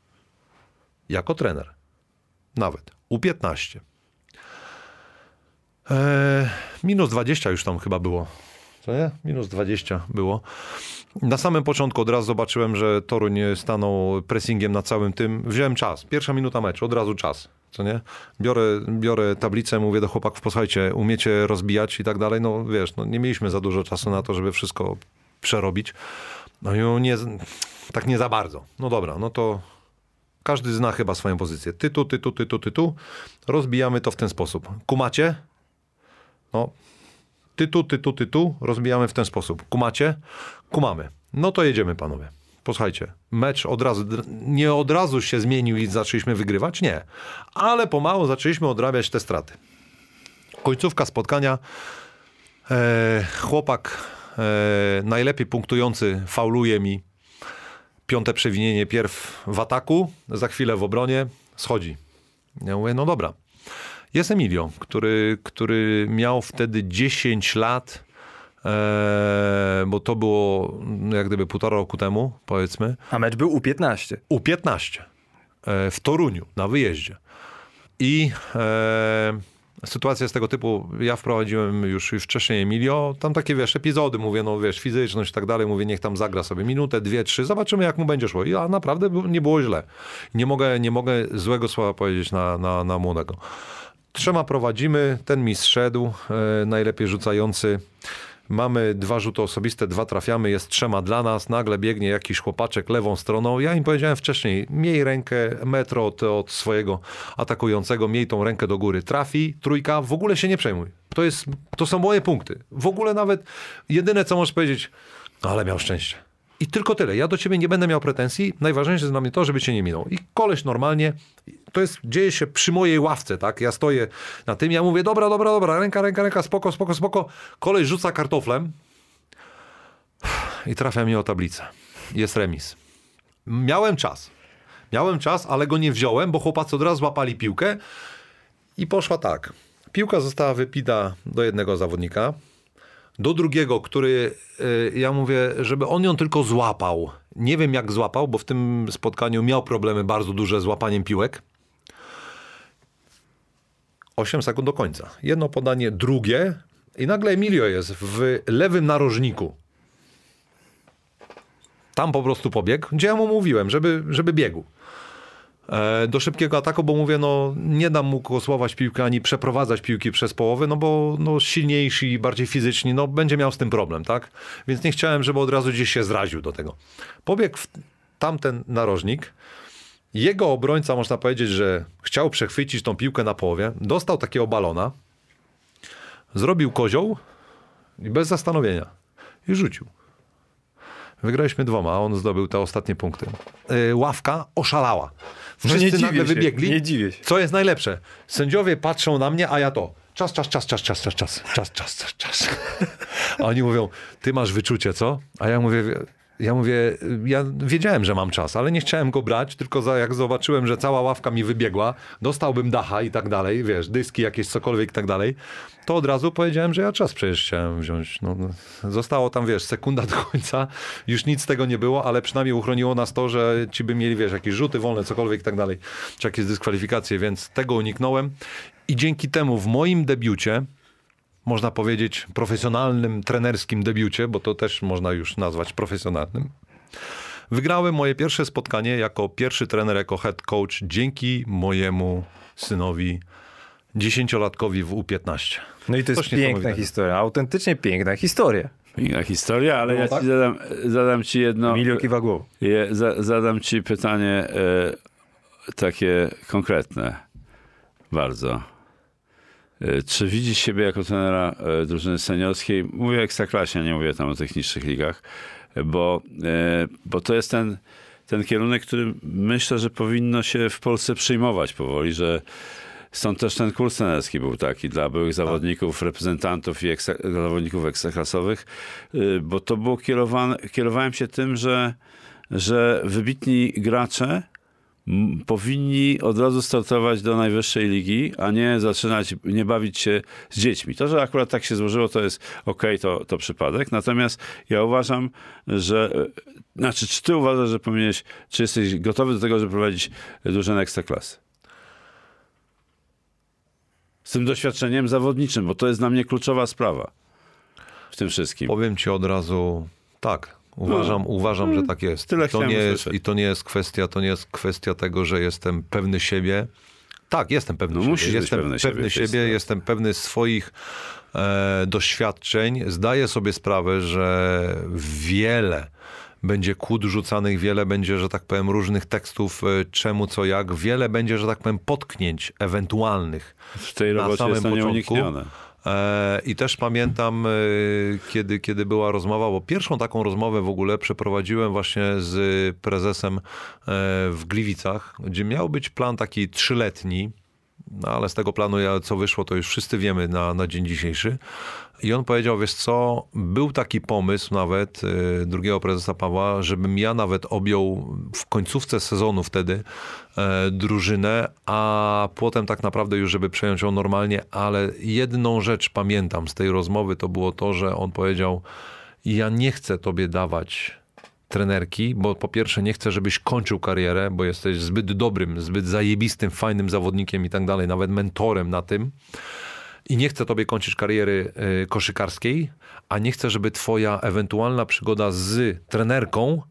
Jako trener. Nawet. U15. Minus 20 już tam chyba było. co nie? Minus 20 było. Na samym początku od razu zobaczyłem, że Toruń stanął pressingiem na całym tym. Wziąłem czas. Pierwsza minuta meczu, od razu czas. Co nie? Biorę tablicę, mówię do chłopaków, posłuchajcie, umiecie rozbijać i tak dalej. No wiesz, no, nie mieliśmy za dużo czasu na to, żeby wszystko przerobić. No i tak nie za bardzo. No dobra, no to każdy zna chyba swoją pozycję. Ty tu. Rozbijamy to w ten sposób. Kumacie? No. Ty tu. Rozbijamy w ten sposób. Kumacie? Kumamy. No to jedziemy, panowie. Posłuchajcie, mecz nie od razu się zmienił i zaczęliśmy wygrywać, nie. Ale pomału zaczęliśmy odrabiać te straty. Końcówka spotkania. Chłopak najlepiej punktujący fauluje mi. 5. przewinienie pierw w ataku, za chwilę w obronie, schodzi. Ja mówię, no dobra. Jest Emilio, który miał wtedy 10 lat, bo to było jak gdyby 1,5 roku temu, powiedzmy. A mecz był U15. U15 w Toruniu, na wyjeździe. I sytuacja z tego typu, ja wprowadziłem już wcześniej Emilio, tam takie, wiesz, epizody, mówię, no wiesz, fizyczność i tak dalej, mówię, niech tam zagra sobie minutę, 2, 3, zobaczymy jak mu będzie szło. I naprawdę nie było źle. Nie mogę złego słowa powiedzieć na młodego. 3 prowadzimy, ten mi zszedł, najlepiej rzucający. Mamy 2 rzuty osobiste, 2 trafiamy, jest 3 dla nas, nagle biegnie jakiś chłopaczek lewą stroną. Ja im powiedziałem wcześniej, miej rękę metro od swojego atakującego, miej tą rękę do góry. Trafi, 3, w ogóle się nie przejmuj. To są moje punkty. W ogóle nawet jedyne co możesz powiedzieć, no ale miał szczęście. I tylko tyle. Ja do ciebie nie będę miał pretensji. Najważniejsze jest dla mnie to, żeby cię nie minął. I koleś normalnie, dzieje się przy mojej ławce, tak? Ja stoję na tym, ja mówię, dobra, ręka, spoko. Koleś rzuca kartoflem i trafia mnie o tablicę. Jest remis. Miałem czas, ale go nie wziąłem, bo chłopacy od razu złapali piłkę i poszła tak. Piłka została wypita do jednego zawodnika, do drugiego, który, ja mówię, żeby on ją tylko złapał. Nie wiem jak złapał, bo w tym spotkaniu miał problemy bardzo duże z łapaniem piłek. 8 sekund do końca. Jedno podanie, drugie i nagle Emilio jest w lewym narożniku. Tam po prostu pobiegł, gdzie ja mu mówiłem, żeby biegł. Do szybkiego ataku, bo mówię, no nie dam mu kosłować piłkę, ani przeprowadzać piłki przez połowę, no bo no, silniejszy i bardziej fizyczny, no będzie miał z tym problem, tak? Więc nie chciałem, żeby od razu gdzieś się zraził do tego. Pobiegł w tamten narożnik. Jego obrońca, można powiedzieć, że chciał przechwycić tą piłkę na połowie. Dostał takiego balona. Zrobił kozioł i bez zastanowienia. I rzucił. Wygraliśmy 2, a on zdobył te ostatnie punkty. Ławka oszalała. Wszyscy nagle wybiegli. Nie dziwię się. Co jest najlepsze? Sędziowie patrzą na mnie, a ja to. Czas. A oni mówią, ty masz wyczucie, co? A ja mówię, ja wiedziałem, że mam czas, ale nie chciałem go brać, tylko jak zobaczyłem, że cała ławka mi wybiegła, dostałbym dacha i tak dalej, wiesz, dyski jakieś, cokolwiek i tak dalej, to od razu powiedziałem, że ja czas przecież chciałem wziąć. No, zostało tam, wiesz, sekunda do końca, już nic z tego nie było, ale przynajmniej uchroniło nas to, że ci by mieli, wiesz, jakieś rzuty wolne, cokolwiek i tak dalej, czy jakieś dyskwalifikacje, więc tego uniknąłem i dzięki temu w moim debiucie, można powiedzieć, profesjonalnym, trenerskim debiucie, bo to też można już nazwać profesjonalnym. Wygrałem moje pierwsze spotkanie jako pierwszy trener, jako head coach dzięki mojemu synowi, 10-latkowi w U15. No i to jest piękna historia, autentycznie piękna historia. Piękna historia, ale ja ci zadam ci jedno... Emilio kiwa głową. Zadam ci pytanie takie konkretne. Bardzo. Czy widzisz siebie jako trenera drużyny seniorskiej? Mówię o Ekstraklasie, nie mówię tam o tych niższych ligach, bo to jest ten kierunek, który myślę, że powinno się w Polsce przyjmować powoli, że stąd też ten kurs trenerski był taki dla byłych zawodników, reprezentantów i zawodników ekstraklasowych, bo to było kierowałem się tym, że wybitni gracze powinni od razu startować do najwyższej ligi, a nie bawić się z dziećmi. To, że akurat tak się złożyło, to jest okej, to przypadek. Natomiast ja uważam, czy ty uważasz, że czy jesteś gotowy do tego, żeby prowadzić drużynę ekstraklasy? Z tym doświadczeniem zawodniczym, bo to jest dla mnie kluczowa sprawa. w tym wszystkim? Powiem ci od razu, tak. Uważam, że tak jest. Tyle To nie jest kwestia tego, że jestem pewny siebie. Tak, jestem pewny siebie. Jestem pewny siebie, jestem pewny swoich doświadczeń. Zdaję sobie sprawę, że wiele będzie kłód rzucanych, wiele będzie, że tak powiem, różnych tekstów, czemu, co, jak. Wiele będzie, że tak powiem, potknięć ewentualnych. W tej robocie jest to nieuniknione. I też pamiętam, kiedy była rozmowa, bo pierwszą taką rozmowę w ogóle przeprowadziłem właśnie z prezesem w Gliwicach, gdzie miał być plan taki 3-letni, no ale z tego planu, co wyszło, to już wszyscy wiemy na dzień dzisiejszy. I on powiedział, wiesz co, był taki pomysł nawet drugiego prezesa Pawła, żebym ja nawet objął w końcówce sezonu wtedy drużynę, a potem tak naprawdę już, żeby przejąć ją normalnie, ale jedną rzecz pamiętam z tej rozmowy, to było to, że on powiedział, ja nie chcę tobie dawać trenerki, bo po pierwsze nie chcę, żebyś kończył karierę, bo jesteś zbyt dobrym, zbyt zajebistym, fajnym zawodnikiem i tak dalej, nawet mentorem na tym. I nie chcę tobie kończyć kariery koszykarskiej, a nie chcę, żeby twoja ewentualna przygoda z trenerką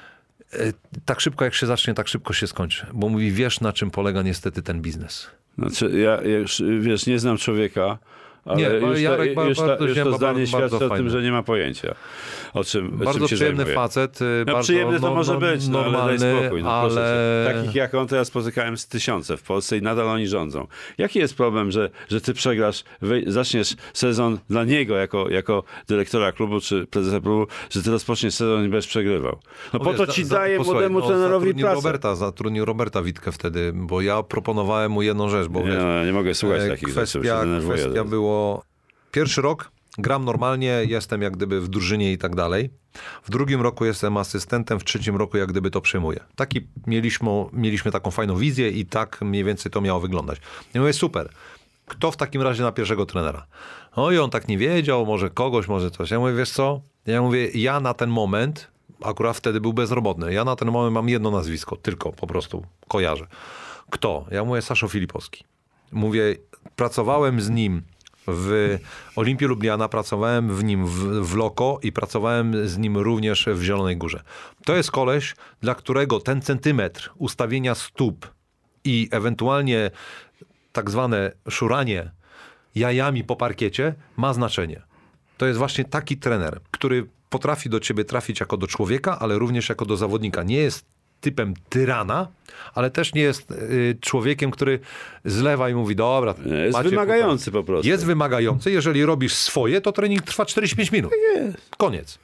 tak szybko jak się zacznie, tak szybko się skończy. Bo mówi, wiesz, na czym polega niestety ten biznes. Znaczy, ja już, wiesz, nie znam człowieka, ale już to zdanie świadczy o tym, że nie ma pojęcia, o czym bardzo się przyjemny zajmuje. facet. No, przyjemny to może być, normalny, ale daj spokój. No, ale... Takich jak on to ja spotykałem z tysiące w Polsce i nadal oni rządzą. Jaki jest problem, że ty przegrasz, zaczniesz sezon dla niego jako dyrektora klubu czy prezesa klubu, że ty rozpoczniesz sezon i będziesz przegrywał? No po to ci daje młodemu trenerowi pracę. Zatrudnił Roberta Witkę wtedy, bo ja proponowałem mu jedną rzecz, bo nie mogę słuchać takich rzeczy, bo się denerwuję. Kwestia było pierwszy rok, gram normalnie, jestem jak gdyby w drużynie i tak dalej. W drugim roku jestem asystentem, w trzecim roku jak gdyby to przejmuję. Taki mieliśmy taką fajną wizję i tak mniej więcej to miało wyglądać. Ja mówię, super. Kto w takim razie na pierwszego trenera? No i on tak nie wiedział, może kogoś, może coś. Ja mówię, wiesz co? Ja mówię, ja na ten moment, akurat wtedy był bezrobotny, ja na ten moment mam jedno nazwisko, tylko po prostu kojarzę. Kto? Ja mówię, Saszo Filipowski. Mówię, pracowałem z nim w Olimpii Lubliana, pracowałem w nim w Loko i pracowałem z nim również w Zielonej Górze. To jest koleś, dla którego ten centymetr ustawienia stóp i ewentualnie tak zwane szuranie jajami po parkiecie ma znaczenie. To jest właśnie taki trener, który potrafi do ciebie trafić jako do człowieka, ale również jako do zawodnika. Nie jest typem tyrana, ale też nie jest człowiekiem, który zlewa i mówi, dobra. Jest wymagający po prostu. Jest wymagający. Jeżeli robisz swoje, to trening trwa 45 minut. Koniec.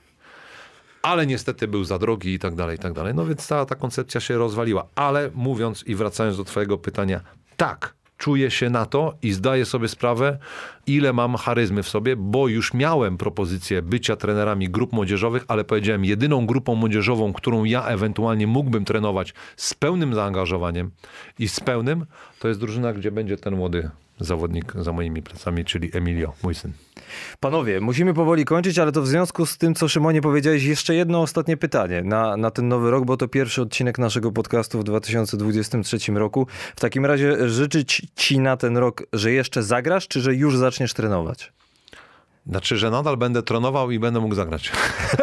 Ale niestety był za drogi i tak dalej, i tak dalej. No więc cała ta koncepcja się rozwaliła. Ale mówiąc i wracając do twojego pytania, tak, czuję się na to i zdaję sobie sprawę, ile mam charyzmy w sobie, bo już miałem propozycję bycia trenerami grup młodzieżowych, ale powiedziałem, jedyną grupą młodzieżową, którą ja ewentualnie mógłbym trenować z pełnym zaangażowaniem i z pełnym, to jest drużyna, gdzie będzie ten młody zawodnik za moimi plecami, czyli Emilio, mój syn. Panowie, musimy powoli kończyć, ale to w związku z tym, co Szymonie powiedziałeś, jeszcze jedno ostatnie pytanie na ten nowy rok, bo to pierwszy odcinek naszego podcastu w 2023 roku. W takim razie życzyć ci na ten rok, że jeszcze zagrasz, czy że już zaczniesz trenować? Znaczy, że nadal będę trenował i będę mógł zagrać.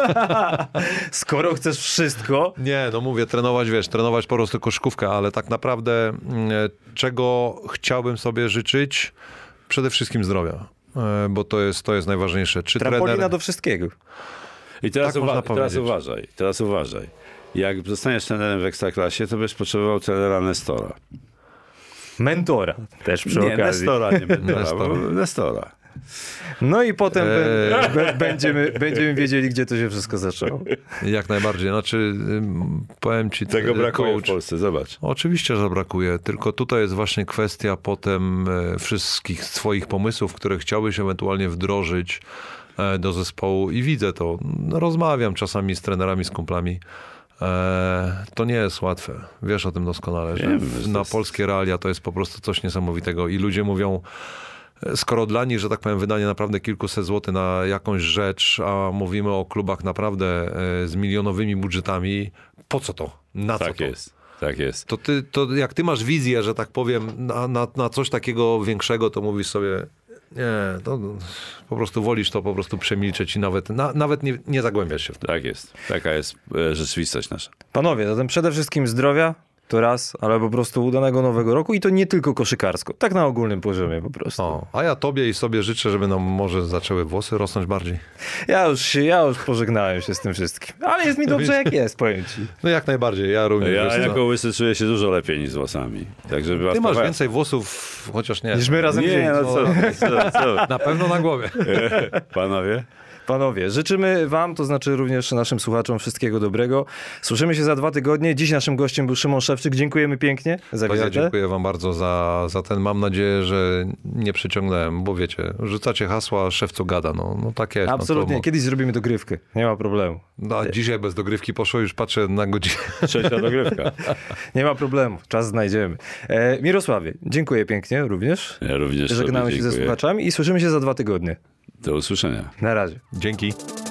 Skoro chcesz wszystko... Nie, no mówię, trenować po prostu koszykówkę, ale tak naprawdę czego chciałbym sobie życzyć? Przede wszystkim zdrowia, bo to jest najważniejsze. Czy trampolina trener... do wszystkiego. I teraz, teraz uważaj. Jak zostaniesz trenerem w Ekstraklasie, to będziesz potrzebował trenera Nestora. Mentora też przy okazji. Nestora, nie mentora, Nestora. No i potem będziemy wiedzieli, gdzie to się wszystko zaczęło. Jak najbardziej. Znaczy, powiem ci... Tego brakuje w Polsce, zobacz. Oczywiście, że brakuje. Tylko tutaj jest właśnie kwestia potem wszystkich swoich pomysłów, które chciałbyś ewentualnie wdrożyć do zespołu i widzę to. Rozmawiam czasami z trenerami, z kumplami. To nie jest łatwe. Wiesz o tym doskonale, że na polskie realia to jest po prostu coś niesamowitego i ludzie mówią, skoro dla nich, że tak powiem, wydanie naprawdę kilkuset złotych na jakąś rzecz, a mówimy o klubach naprawdę z milionowymi budżetami, po co to? Na co to? Tak jest. To jak ty masz wizję, że tak powiem, na coś takiego większego, to mówisz sobie, Nie, to po prostu wolisz to po prostu przemilczeć i nawet nie zagłębiasz się w to. Tak jest. Taka jest rzeczywistość nasza. Panowie, zatem przede wszystkim zdrowia, to raz, ale po prostu udanego nowego roku i to nie tylko koszykarsko, tak na ogólnym poziomie po prostu. O, a ja tobie i sobie życzę, żeby nam może zaczęły włosy rosnąć bardziej. Ja już pożegnałem się z tym wszystkim, ale jest mi dobrze jak jest, powiem ci. No jak najbardziej, ja również. Ja wiesz co? jako łysy czuję się dużo lepiej niż z włosami. Tak, żeby was Ty masz powa- więcej włosów, chociaż nie. Niż my razem Nie, wzięci. no co? Na pewno na głowie. Panowie? Panowie, życzymy wam, to znaczy również naszym słuchaczom wszystkiego dobrego. Słyszymy się za 2 tygodnie. Dziś naszym gościem był Szymon Szewczyk. Dziękujemy pięknie za To ja wizytę. dziękuję wam bardzo za ten. Mam nadzieję, że nie przyciągnąłem, bo wiecie, rzucacie hasła, szewcu gada. No tak jest. Absolutnie. No, Kiedyś zrobimy dogrywkę. Nie ma problemu. a dzisiaj bez dogrywki poszło, już patrzę na godzinę. Trzecia dogrywka. Nie ma problemu. Czas znajdziemy. Mirosławie, dziękuję pięknie również. Ja również Żegnamy sobie się ze dziękuję. słuchaczami i słyszymy się za 2 tygodnie. Do usłyszenia. Na razie. Dzięki.